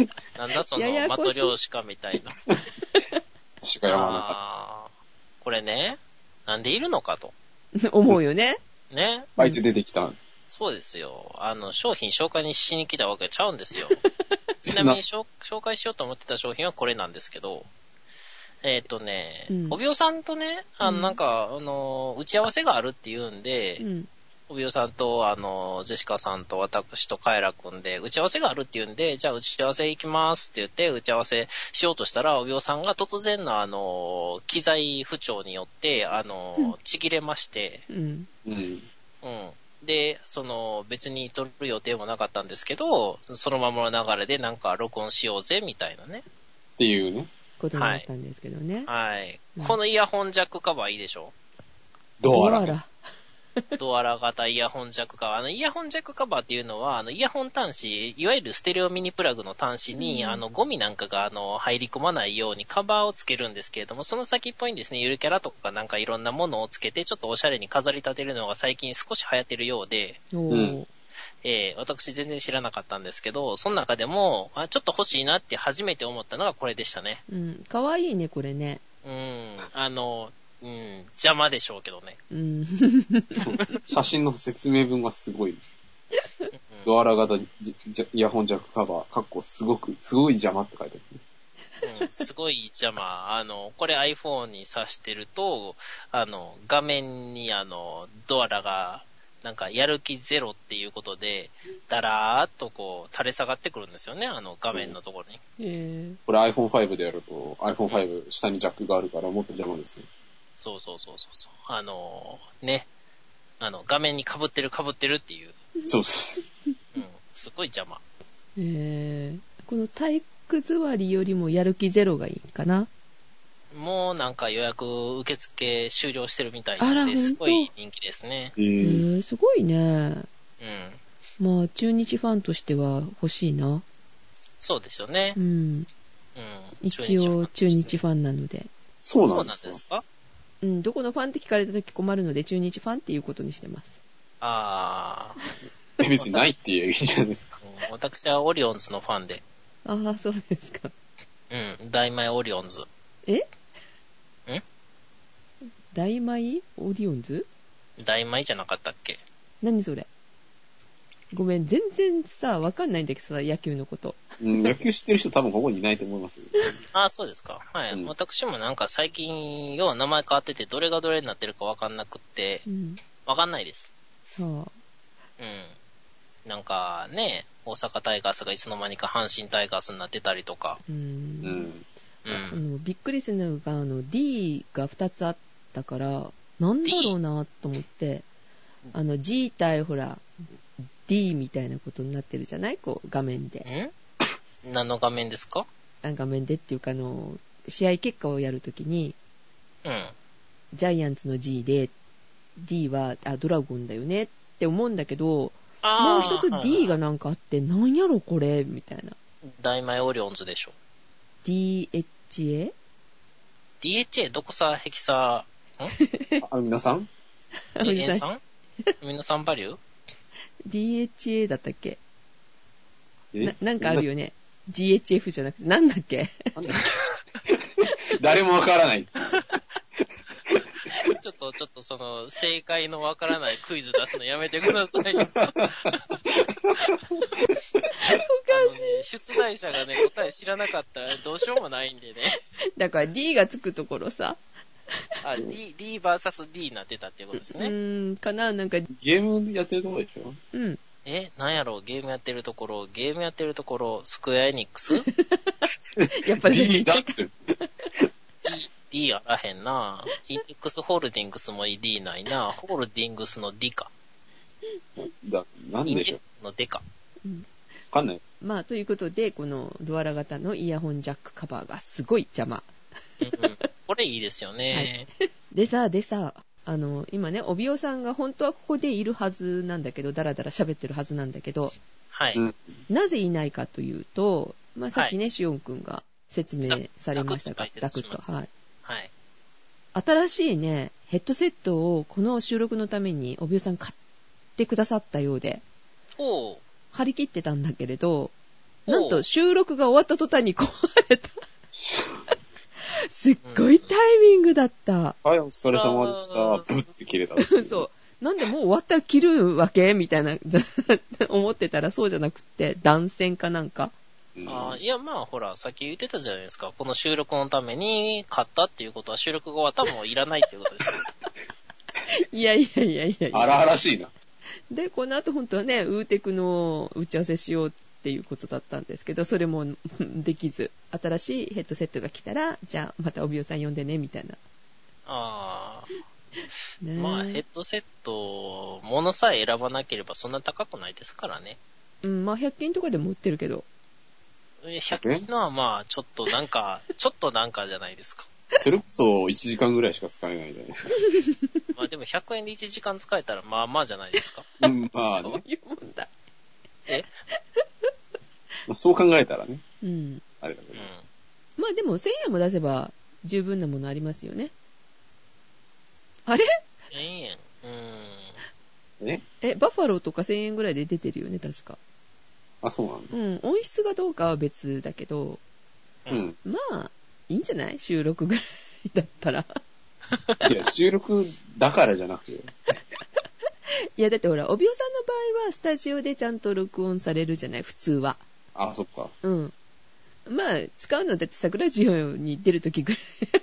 なんだその、マトリョーシカみたいな。 しか山中さん。これね、なんでいるのかと。 思うよね。 ね。 バイト出てきた、うん。 そうですよ。あの、商品紹介にしに来たわけちゃうんですよ。ちなみに紹介しようと思ってた商品はこれなんですけど、えっ、ー、とね、うん、帯広さんとね、あの、なんか、あの、打ち合わせがあるっていうんで、うん、帯広さんと、あの、ジェシカさんと私とカエラくんで、打ち合わせがあるっていうんで、じゃあ打ち合わせ行きますって言って、打ち合わせしようとしたら、帯広さんが突然のあの、機材不調によって、あの、うん、ちぎれまして、うん。うん。で、その、別に撮る予定もなかったんですけど、そのままの流れでなんか録音しようぜ、みたいなね。 っていうね。 ことになったんですけどね。 はい。はい、このイヤホンジャックカバーいいでしょ？ ドアラ。 ドアラ型イヤホンジャックカバー。あの、イヤホンジャックカバーっていうのは、あの、イヤホン端子、いわゆるステレオミニプラグの端子に、うん、あの、ゴミなんかが、あの、入り込まないようにカバーをつけるんですけれども、その先っぽにですね、ゆるキャラとかなんかいろんなものをつけて、ちょっとおしゃれに飾り立てるのが最近少し流行ってるようで、うんえー、私全然知らなかったんですけど、その中でも、あ、ちょっと欲しいなって初めて思ったのがこれでしたね。 うん、かわいいね、これね。 うん、あの、うん、邪魔でしょうけどね。うん、 写真の説明文がすごい。ドアラ型イヤホンジャックカバー、かっこすごく、すごい邪魔って書いてある、ね。うん、すごい邪魔。あの、これ iPhone に挿してると、あの、画面にあの、ドアラが、なんか、やる気ゼロっていうことで、だらーっとこう、垂れ下がってくるんですよね、あの、画面のところに。 へこれ アイフォンファイブ でやると、アイフォンファイブ 下にジャックがあるからもっと邪魔ですね。 そうそうそうそう。あのー、ね。あの、画面に被ってる被ってるっていう。 そうです。 うん。すごい邪魔。 へー。この体育座りよりもやる気ゼロがいいかな。 もうなんか予約受付終了してるみたいなんで、すごい人気ですね。 へー、すごいね。うん。まあ、中日ファンとしては欲しいな。 そうですよね。うん。 うん。一応、中日ファンなので。 そうなんですか？ そうなんですか？ うん、どこのファンって聞かれたとき困るので、中日ファンっていうことにしてます。 あー。別にないっていう意味じゃないですか。 うん、私はオリオンズのファンで。 ああ、そうですか。 うん、大前オリオンズ。 え？ ん？ 大前オリオンズ？ 大前じゃなかったっけ？ 何それ？ごめん、全然さ、わかんないんだけどさ、野球のこと。 うん、野球知ってる人多分ここにいないと思いますよ。 ああ、そうですか。はい、うん。私もなんか最近、要は名前変わってて、どれがどれになってるかわかんなくって、うん、わかんないです。はあ、うん。なんかね、大阪タイガースがいつの間にか阪神タイガースになってたりとか。うん。うんうん、あのびっくりするのが、あの、D がふたつあったから、なんだろうなと思って、あの、G 対ほら、D みたいなことになってるじゃない？こう、画面で。 ん？何の画面ですか？ 画面でっていうか、あの、試合結果をやるときに、 うん。 ジャイアンツの G で、D は、あ、ドラゴンだよねって思うんだけど、 もう一つ D がなんかあって、なんやろこれみたいな。 大前オリオンズでしょ。 ディーエイチエー？ ディーエイチエー どこさ、ヘキサ、んアミノ酸？ え、塩酸？アミノ酸バリュー？ ディーエイチエー だったっけ？な、なんかあるよね。ジーエイチエフ じゃなくて、なんだっけ？なんだっけ誰もわからない。 ちょっと、ちょっとその、正解のわからないクイズ出すのやめてくださいよ。おかしい。出題者がね、答え知らなかったらどうしようもないんでね。 だから D がつくところさ。 あ、D、D バーサス D になってたっていうことですね。 うーん、かな、なんか。 ゲームやってるところでしょ？ うん。 え、なんやろう、ゲームやってるところ、ゲームやってるところ、スクエアエニックスやっぱり D だって。 D、D あらへんな。イーエックスホールディングスも D ないな。ホールディングスの D か。 だ、なんでしょう。インデックスの D か。 うん。 わかんない。 まあ、ということで、このドアラ型のイヤホンジャックカバーがすごい邪魔。 うんうん、これいいですよね。 はい、でさ、でさ、あの、今ね、帯尾さんが本当はここでいるはずなんだけど、だらだら喋ってるはずなんだけど、 はい。 なぜいないかというと、まあ、さっきね、はい、シオンくんが説明されましたが、ザクッと。はい。 はい。 新しいね、ヘッドセットをこの収録のために帯尾さん買ってくださったようで、 おう。 張り切ってたんだけれど、なんと収録が終わった途端に壊れた。すっごいタイミングだった。 はい、お疲れ様でした。ブッて切れた。 そう。なんでもう終わったら切るわけみたいな、思ってたらそうじゃなくて、断線かなんか。 あいや、まあ、ほら、さっき言ってたじゃないですか。この収録のために買ったっていうことは、収録が終わったらもういらないっていうことですよ。 いやいやいやいやいや。 荒々しいな。 で、この後本当はね、ウーテクの打ち合わせしようっていうことだったんですけど、それもできず、新しいヘッドセットが来たら、じゃあまた帯尾さん呼んでね、みたいな。 ああ。ね、まあ、ヘッドセット、ものさえ選ばなければそんな高くないですからね。 うん、まあひゃく均とかでも売ってるけど。 ひゃく均のはまあ、ちょっとなんか、ちょっとなんかじゃないですか。 それこそいちじかんぐらいしか使えないじゃないですか。 まあでもひゃくえんでいちじかん使えたらまあまあじゃないですか。 うん、まあね。 そういうもんだ。 えまあ、そう考えたらね。 うん。 あれだけど。 うん、 まあでもせんえんも出せば十分なものありますよね。あれせんえんうーん。ええ、バッファローとかせんえんぐらいで出てるよね、確か。 あ、そうなんだ。 うん、音質がどうかは別だけど、 うん。 まあ、いいんじゃない？収録ぐらいだったら。 いや、収録だからじゃなくて。いや、だってほら、帯尾さんの場合はスタジオでちゃんと録音されるじゃない、普通は。 あ、そっか。 うん。まあ、使うのだって桜ジオに出るときぐらい。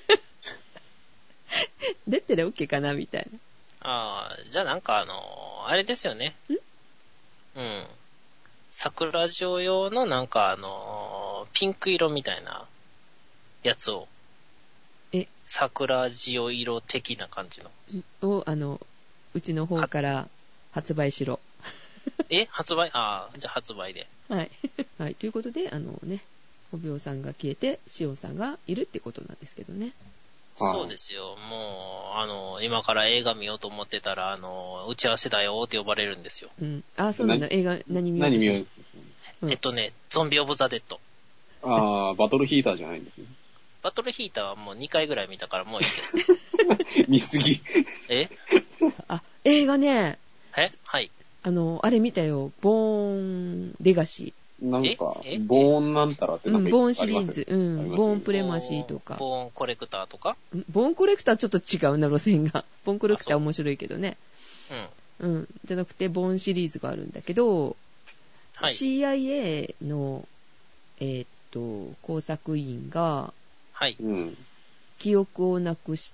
出てる OK かなみたいな。 ああ、じゃあなんかあのー、あれですよね。んうん。桜ジオ用のなんかあのー、ピンク色みたいなやつを。 え桜ジオ色的な感じの。 を、あの、うちの方から発売しろ。 え発売ああ、じゃあ発売で。 はい。はい。ということで、あのね、帯尾さんが消えて、しおんさんがいるってことなんですけどね。 そうですよ。もう、あの、今から映画見ようと思ってたら、あの、打ち合わせだよって呼ばれるんですよ。 うん。あ、そうなんだ。映画何見よう何見よう、 うん、えっとね、ゾンビオブザ・デッド。 ああ、バトルヒーターじゃないんですね。 バトルヒーターはもうにかいぐらい見たからもういいです。 見すぎ。 えあ、映画ね。 えはい。 あの、あれ見たよ。ボーンレガシー。 なんか、ボーンなんたらってなんか、 うん、ボーンシリーズ。うん、ボーンプレマシーとか。 ボーンコレクターとかボーンコレクターちょっと違うな、路線が。ボーンコレクター面白いけどね。 うん。 うん。じゃなくて、ボーンシリーズがあるんだけど、 はい、 シーアイエー の、えー、っと、工作員が、 はい。 記憶をなくして、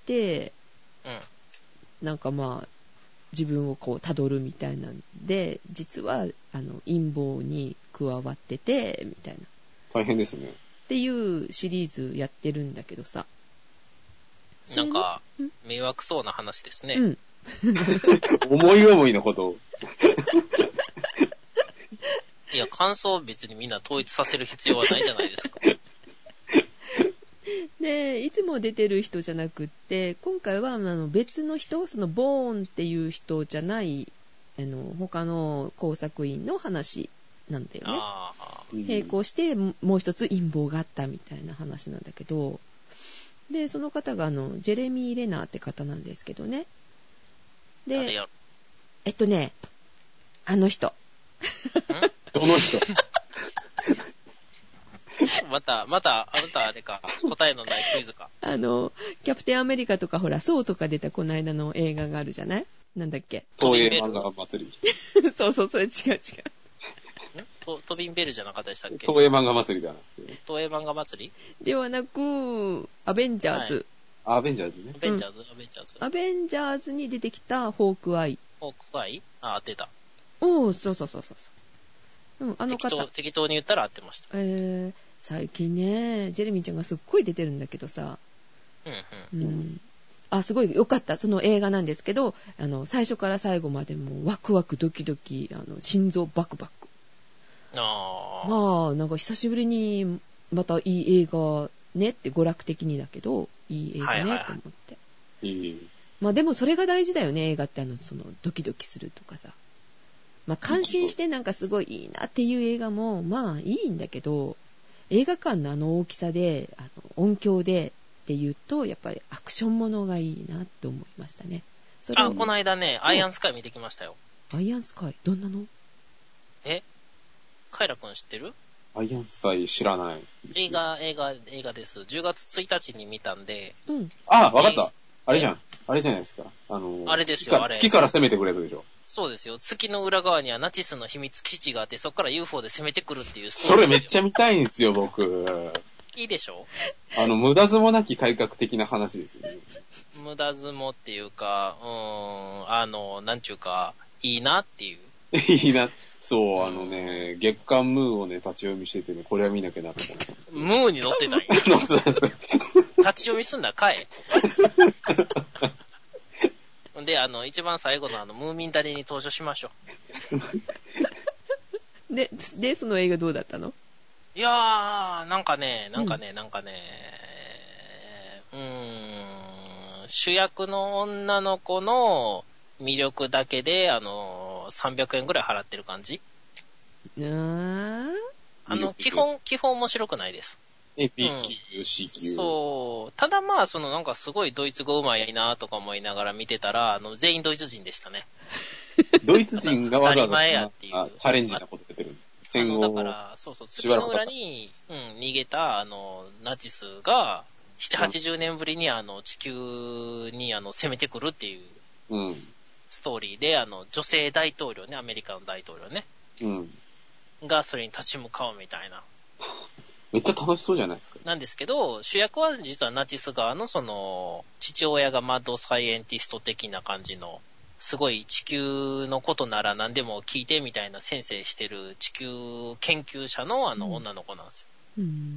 うん。 なんかまあ、自分をこう辿るみたいなんで、実はあの陰謀に加わっててみたいな。 大変ですね。 っていうシリーズやってるんだけどさ。 なんか迷惑そうな話ですね。 うん。 思い思いのほど。 いや感想を別にみんな統一させる必要はないじゃないですか。 で、いつも出てる人じゃなくって、今回はあの別の人、そのボーンっていう人じゃないあの他の工作員の話なんだよね。 あ並行してもう一つ陰謀があったみたいな話なんだけど、でその方があのジェレミー・レナーって方なんですけどね。でえっとねあの人どの人またまたあなたあれか答えのないクイズか。 あのキャプテンアメリカとかほらソーとか出たこの間の映画があるじゃない。なんだっけ。 東映漫画祭り。 そうそうそれ違う違う。 ト, トビンベルじゃなかったでしたっけ。 東映漫画祭りだな。 東映漫画祭りではなくアベンジャーズ、 はい、アベンジャーズね。 アベンジャーズ、うん、アベンジャーズアベンジャーズに出てきたホークアイ。 ホークアイあ当てた。 おおそうそうそうそう、うん、あの方適当適当に言ったら合ってました。 えー、最近ねジェレミーちゃんがすっごい出てるんだけどさ、 うんうん、 うんあすごい良かった。その映画なんですけど、あの最初から最後までもうワクワクドキドキ、あの心臓バクバク。 あまあなんか久しぶりにまたいい映画ねって、娯楽的にだけどいい映画ね、はいはいはい、と思って、 いいまあでもそれが大事だよね映画って。あのそのドキドキするとかさ、まあ感心してなんかすごいいいなっていう映画もまあいいんだけど、映画館のあの大きさであの音響でっていうとやっぱりアクションものがいいなって思いましたね。 それあこの間ね、うん、アイアンスカイ見てきましたよ。 アイアンスカイどんなの？ えカイラ君知ってる？ アイアンスカイ知らない。 映画映画映画です。じゅうがつついたちに見たんで。 うん。 あわかった。あれじゃん。あれじゃないですか。あのあれですよ。 あれ月から攻めてくれるでしょ。 そうですよ。月の裏側にはナチスの秘密基地があって、そこから ユーフォー で攻めてくるっていうストーリー。 それめっちゃ見たいんですよ僕。 いいでしょ。 あの無駄相撲なき改革的な話ですよね。 無駄相撲っていうか、うーんあのなんちゅうかいいなっていう。 いいな。そう、うん、あのね、月刊ムーをね、立ち読みしててね、これは見なきゃなって思う。 ムーに載ってたんや。立ち読みすんな、かえ。で、あの、一番最後のあの、ムーミン谷に登場しましょう。で、で、その映画どうだったの？ いやー、なんかね、なんかね、うん、なんかね、うーん、主役の女の子の魅力だけで、あの、さんびゃくえんぐらい払ってる感じ？ ああの、基本、基本面白くないです。 え、B 級、C 級。 そう。ただまあ、そのなんかすごいドイツ語うまいなとか思いながら見てたら、あの、全員ドイツ人でしたね。 ドイツ人がわざわざやっていうチャレンジなこと出てるんです。戦後。 だから、そうそう、月の裏に、うん、逃げた、あの、ナチスが、ななじゅう、はちじゅうねんぶりにあの、地球にあの、攻めてくるっていう、 うん。 ストーリーで、あの、女性大統領ね、アメリカの大統領ね。 うん。 が、それに立ち向かうみたいな。 めっちゃ楽しそうじゃないですか。 なんですけど、主役は実はナチス側のその、父親がマッドサイエンティスト的な感じの、すごい地球のことなら何でも聞いてみたいな先生してる地球研究者のあの女の子なんですよ。 うん、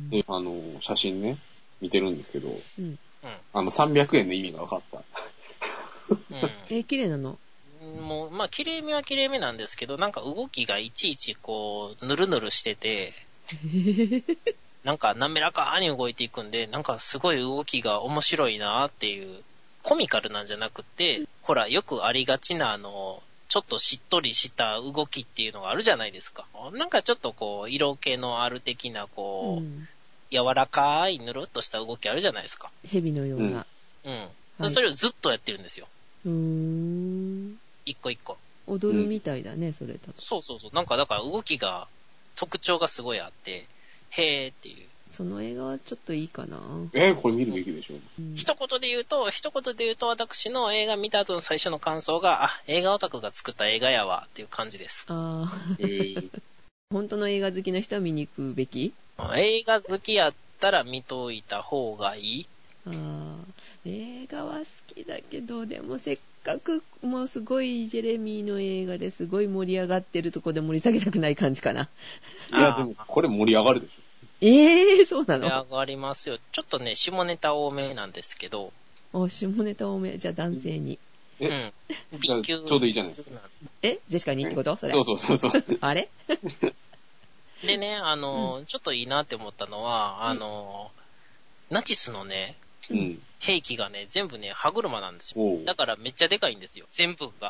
で、あの、写真ね、見てるんですけど、 うん、 あの、さんびゃくえんの意味が分かった。 うん、 え、綺麗なの？ もう、まあ、綺麗めは綺麗めなんですけど、なんか動きがいちいちこう、ぬるぬるしてて、なんか滑らかに動いていくんで、なんかすごい動きが面白いなっていう、コミカルなんじゃなくて、ほら、よくありがちなあの、ちょっとしっとりした動きっていうのがあるじゃないですか。なんかちょっとこう、色気のある的なこう、うん、柔らかいぬるっとした動きあるじゃないですか。 蛇のような。 うん。うんはい、それをずっとやってるんですよ。 うーん。 一個一個。 踊るみたいだね、うん、それ多分。 そうそうそう。なんかだから動きが、特徴がすごいあって、へーっていう。 その映画はちょっといいかな。 えー、これ見るべきでしょ。 うん、一言で言うと、一言で言うと私の映画見た後の最初の感想が、あ、映画オタクが作った映画やわっていう感じです。 あえー、 本当の映画好きな人は見に行くべき？ 映画好きやったら見といた方がいい。 あ映画は好きだけど、でもせっかくもうすごいジェレミーの映画ですごい盛り上がってるとこで盛り下げたくない感じかな。 いやでもこれ盛り上がるでしょ。 ええー、そうなの？ 盛り上がりますよ。ちょっとね下ネタ多めなんですけど。 お下ネタ多めじゃあ男性に。 え、うん、B 級ちょうどいいじゃないですか。 えジェシカにってことそれ？ そうそうそうそう。 あれ？ でねあの、うん、ちょっといいなって思ったのはあの、うん、ナチスのね。 うん、 兵器がね、全部ね、歯車なんですよ。だからめっちゃでかいんですよ。全部が。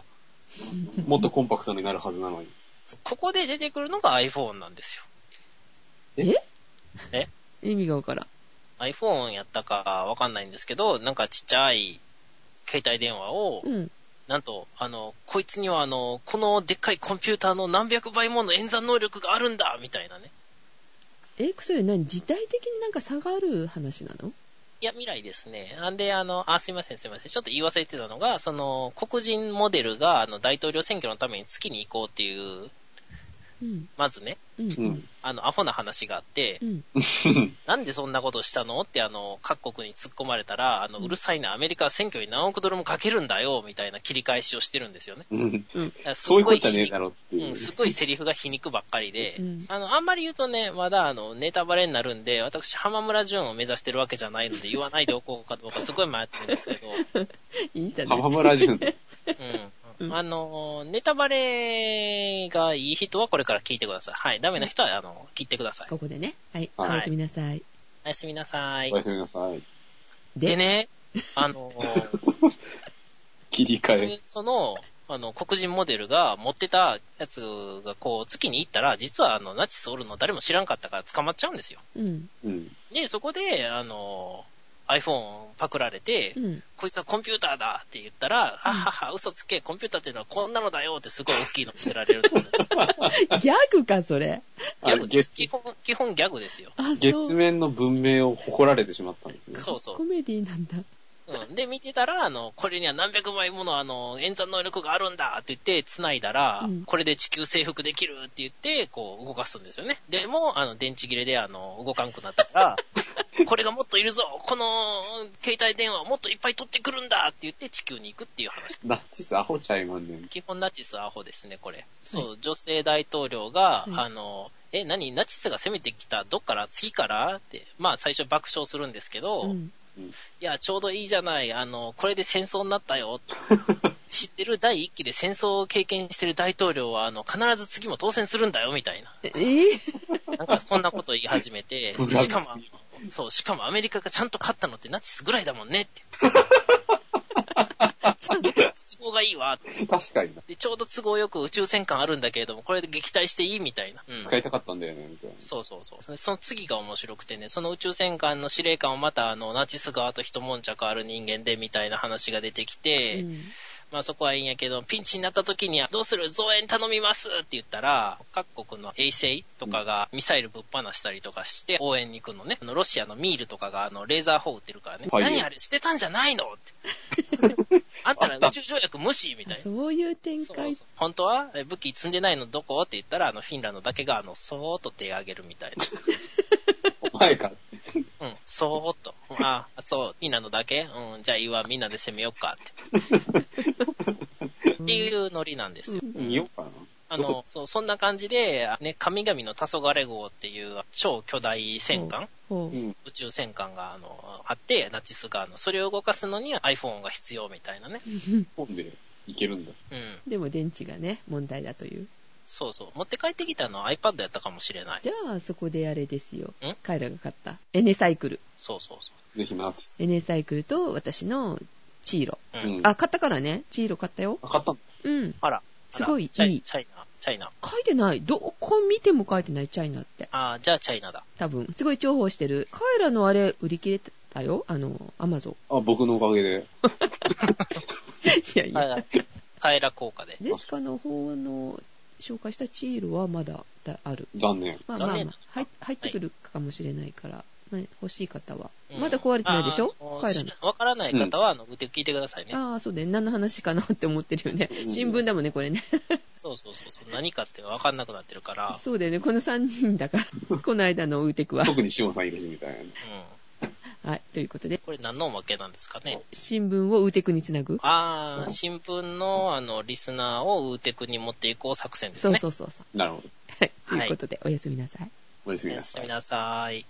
もっとコンパクトになるはずなのに。 ここで出てくるのが iPhone なんですよ。 ええ意味がわからん。 iPhone やったかわかんないんですけど、なんかちっちゃい携帯電話を、うん、なんと、あの、こいつにはあの、このでっかいコンピューターの何百倍もの演算能力があるんだみたいなね。 え、それ何時代的になんか差がある話なの？ いや、未来ですね。なんで、あの、あ、すいません、すいません。ちょっと言い忘れてたのが、その、黒人モデルが、あの、大統領選挙のために月に行こうっていう、うん、まずね、うん、あの、アホな話があって、うん、なんでそんなことしたのって、あの、各国に突っ込まれたら、あの、うるさいな、アメリカは選挙に何億ドルもかけるんだよ、みたいな切り返しをしてるんですよね。うん、 そういうことじゃねえだろっていう。 うん、すごいセリフが皮肉ばっかりで、うん、あの、あんまり言うとね、まだ、あの、ネタバレになるんで、私、浜村淳を目指してるわけじゃないので、言わないでおこうかどうか、すごい迷ってるんですけど。 いいんじゃない？ 浜村淳。 うん。あの、ネタバレがいい人はこれから聞いてください。はい。ダメな人は、あの、切ってください。 ここでね。はい。はい、おやすみなさい。 おやすみなさい。 おやすみなさい。 で、でね、あの、 切り替え。 その、あの、黒人モデルが持ってたやつが、こう、月に行ったら、実は、あの、ナチスおるの誰も知らんかったから捕まっちゃうんですよ。うん。で、そこで、あの、iPhone パクられて、うん、こいつはコンピューターだって言ったら、うん、はっはっは、嘘つけ、コンピューターっていうのはこんなのだよってすごい大きいの見せられるんですよ。 ギャグか、それ。 ギャグです。基本、基本ギャグですよ。 月面の文明を誇られてしまったんですね。 そうそう。 コメディなんだ。 うん。で、見てたら、あの、これには何百倍もの、あの、演算能力があるんだって言って、繋いだら、うん、これで地球征服できるって言って、こう、動かすんですよね。でも、あの、電池切れで、あの、動かんくなったから、これがもっといるぞこの、携帯電話をもっといっぱい取ってくるんだって言って、地球に行くっていう話。 ナチスアホちゃいまんねん。 基本ナチスアホですね、これ。そう、はい、女性大統領が、はい、あの、え、何ナチスが攻めてきたどっから次からって、まあ、最初爆笑するんですけど、うんいや、ちょうどいいじゃない。あの、これで戦争になったよ。知ってる第一期で戦争を経験してる大統領は、あの、必ず次も当選するんだよ、みたいな。 えー、 なんかそんなこと言い始めて、しかも、そう、しかもアメリカがちゃんと勝ったのってナチスぐらいだもんねって。都合がいいわって。 確かにな。 で、ちょうど都合よく宇宙戦艦あるんだけれども、これで撃退していいみたいな。 うん、使いたかったんだよね、みたいな。 そうそうそう。その次が面白くてね、その宇宙戦艦の司令官をまたあの、ナチス側と一悶着ある人間でみたいな話が出てきて、うんまあそこはいいんやけど、ピンチになった時には、どうする増援頼みますって言ったら、各国の衛星とかがミサイルぶっ放したりとかして応援に行くのね。あのロシアのミールとかがあのレーザー砲撃ってるからね。はい、何あれ捨てたんじゃないのって。あんたら宇宙条約無視みたいな。 そういう展開。 そうそう本当は武器積んでないのどこって言ったら、あのフィンランドだけがあの、そーっと手を挙げるみたいな。 お前か。 うん、そーっと。あ、そう、フィンランドだけうん、じゃあいいわ、みんなで攻めようかって。っていうノリなんですよ。 うん、見ようかな。 あの、そう、そんな感じで、ね、神々の黄昏号っていう超巨大戦艦、宇宙戦艦が、あの、あって、ナチスが、あの、それを動かすのには iPhone が必要みたいなね。 本でいけるんだ。 うん。 でも電池がね、問題だという。 そうそう。持って帰ってきたのは iPad やったかもしれない。 じゃあ、そこであれですよ。んカイラが買った。エネサイクル。 そうそうそう。 ぜひナチス。 エネサイクルと私のチーロ。うん。あ、買ったからね。チーロ買ったよ。 あ、買ったのうん。 あら。 すごいいい。 チャイナ、チャイナ。 書いてない。どこ見ても書いてないチャイナって。 ああ、じゃあチャイナだ。 多分。すごい重宝してる。カイラのあれ、売り切れたよ。あの、アマゾン。 あ、僕のおかげで。 いやいや。 カイラ効果で。 ジェシカの方の紹介したチールはまだある。 残念。 まあまあ、まあ、入, 入ってくるかもしれないから、はい、欲しい方は。うん、まだ壊れてないでしょカイラの。 わからない方は、あの、聞いてくださいね。 ああ、そうで、何の話かなって思ってるよね。新聞だもんね、これね。 そうそうそうそう。何かってわかんなくなってるから。 そうだよね。このさんにんだから。この間のウーテクは。 特にシオンさんいるみたいな。うん。 はい、ということで。 これ何のおまけなんですかね。 新聞をウーテクにつなぐああ、新聞の、あの、リスナーをウーテクに持っていこう作戦ですね。 そうそうそうそう。 なるほど。 はい、ということで、はい、おやすみなさい。 おやすみなさい。 おやすみなさい。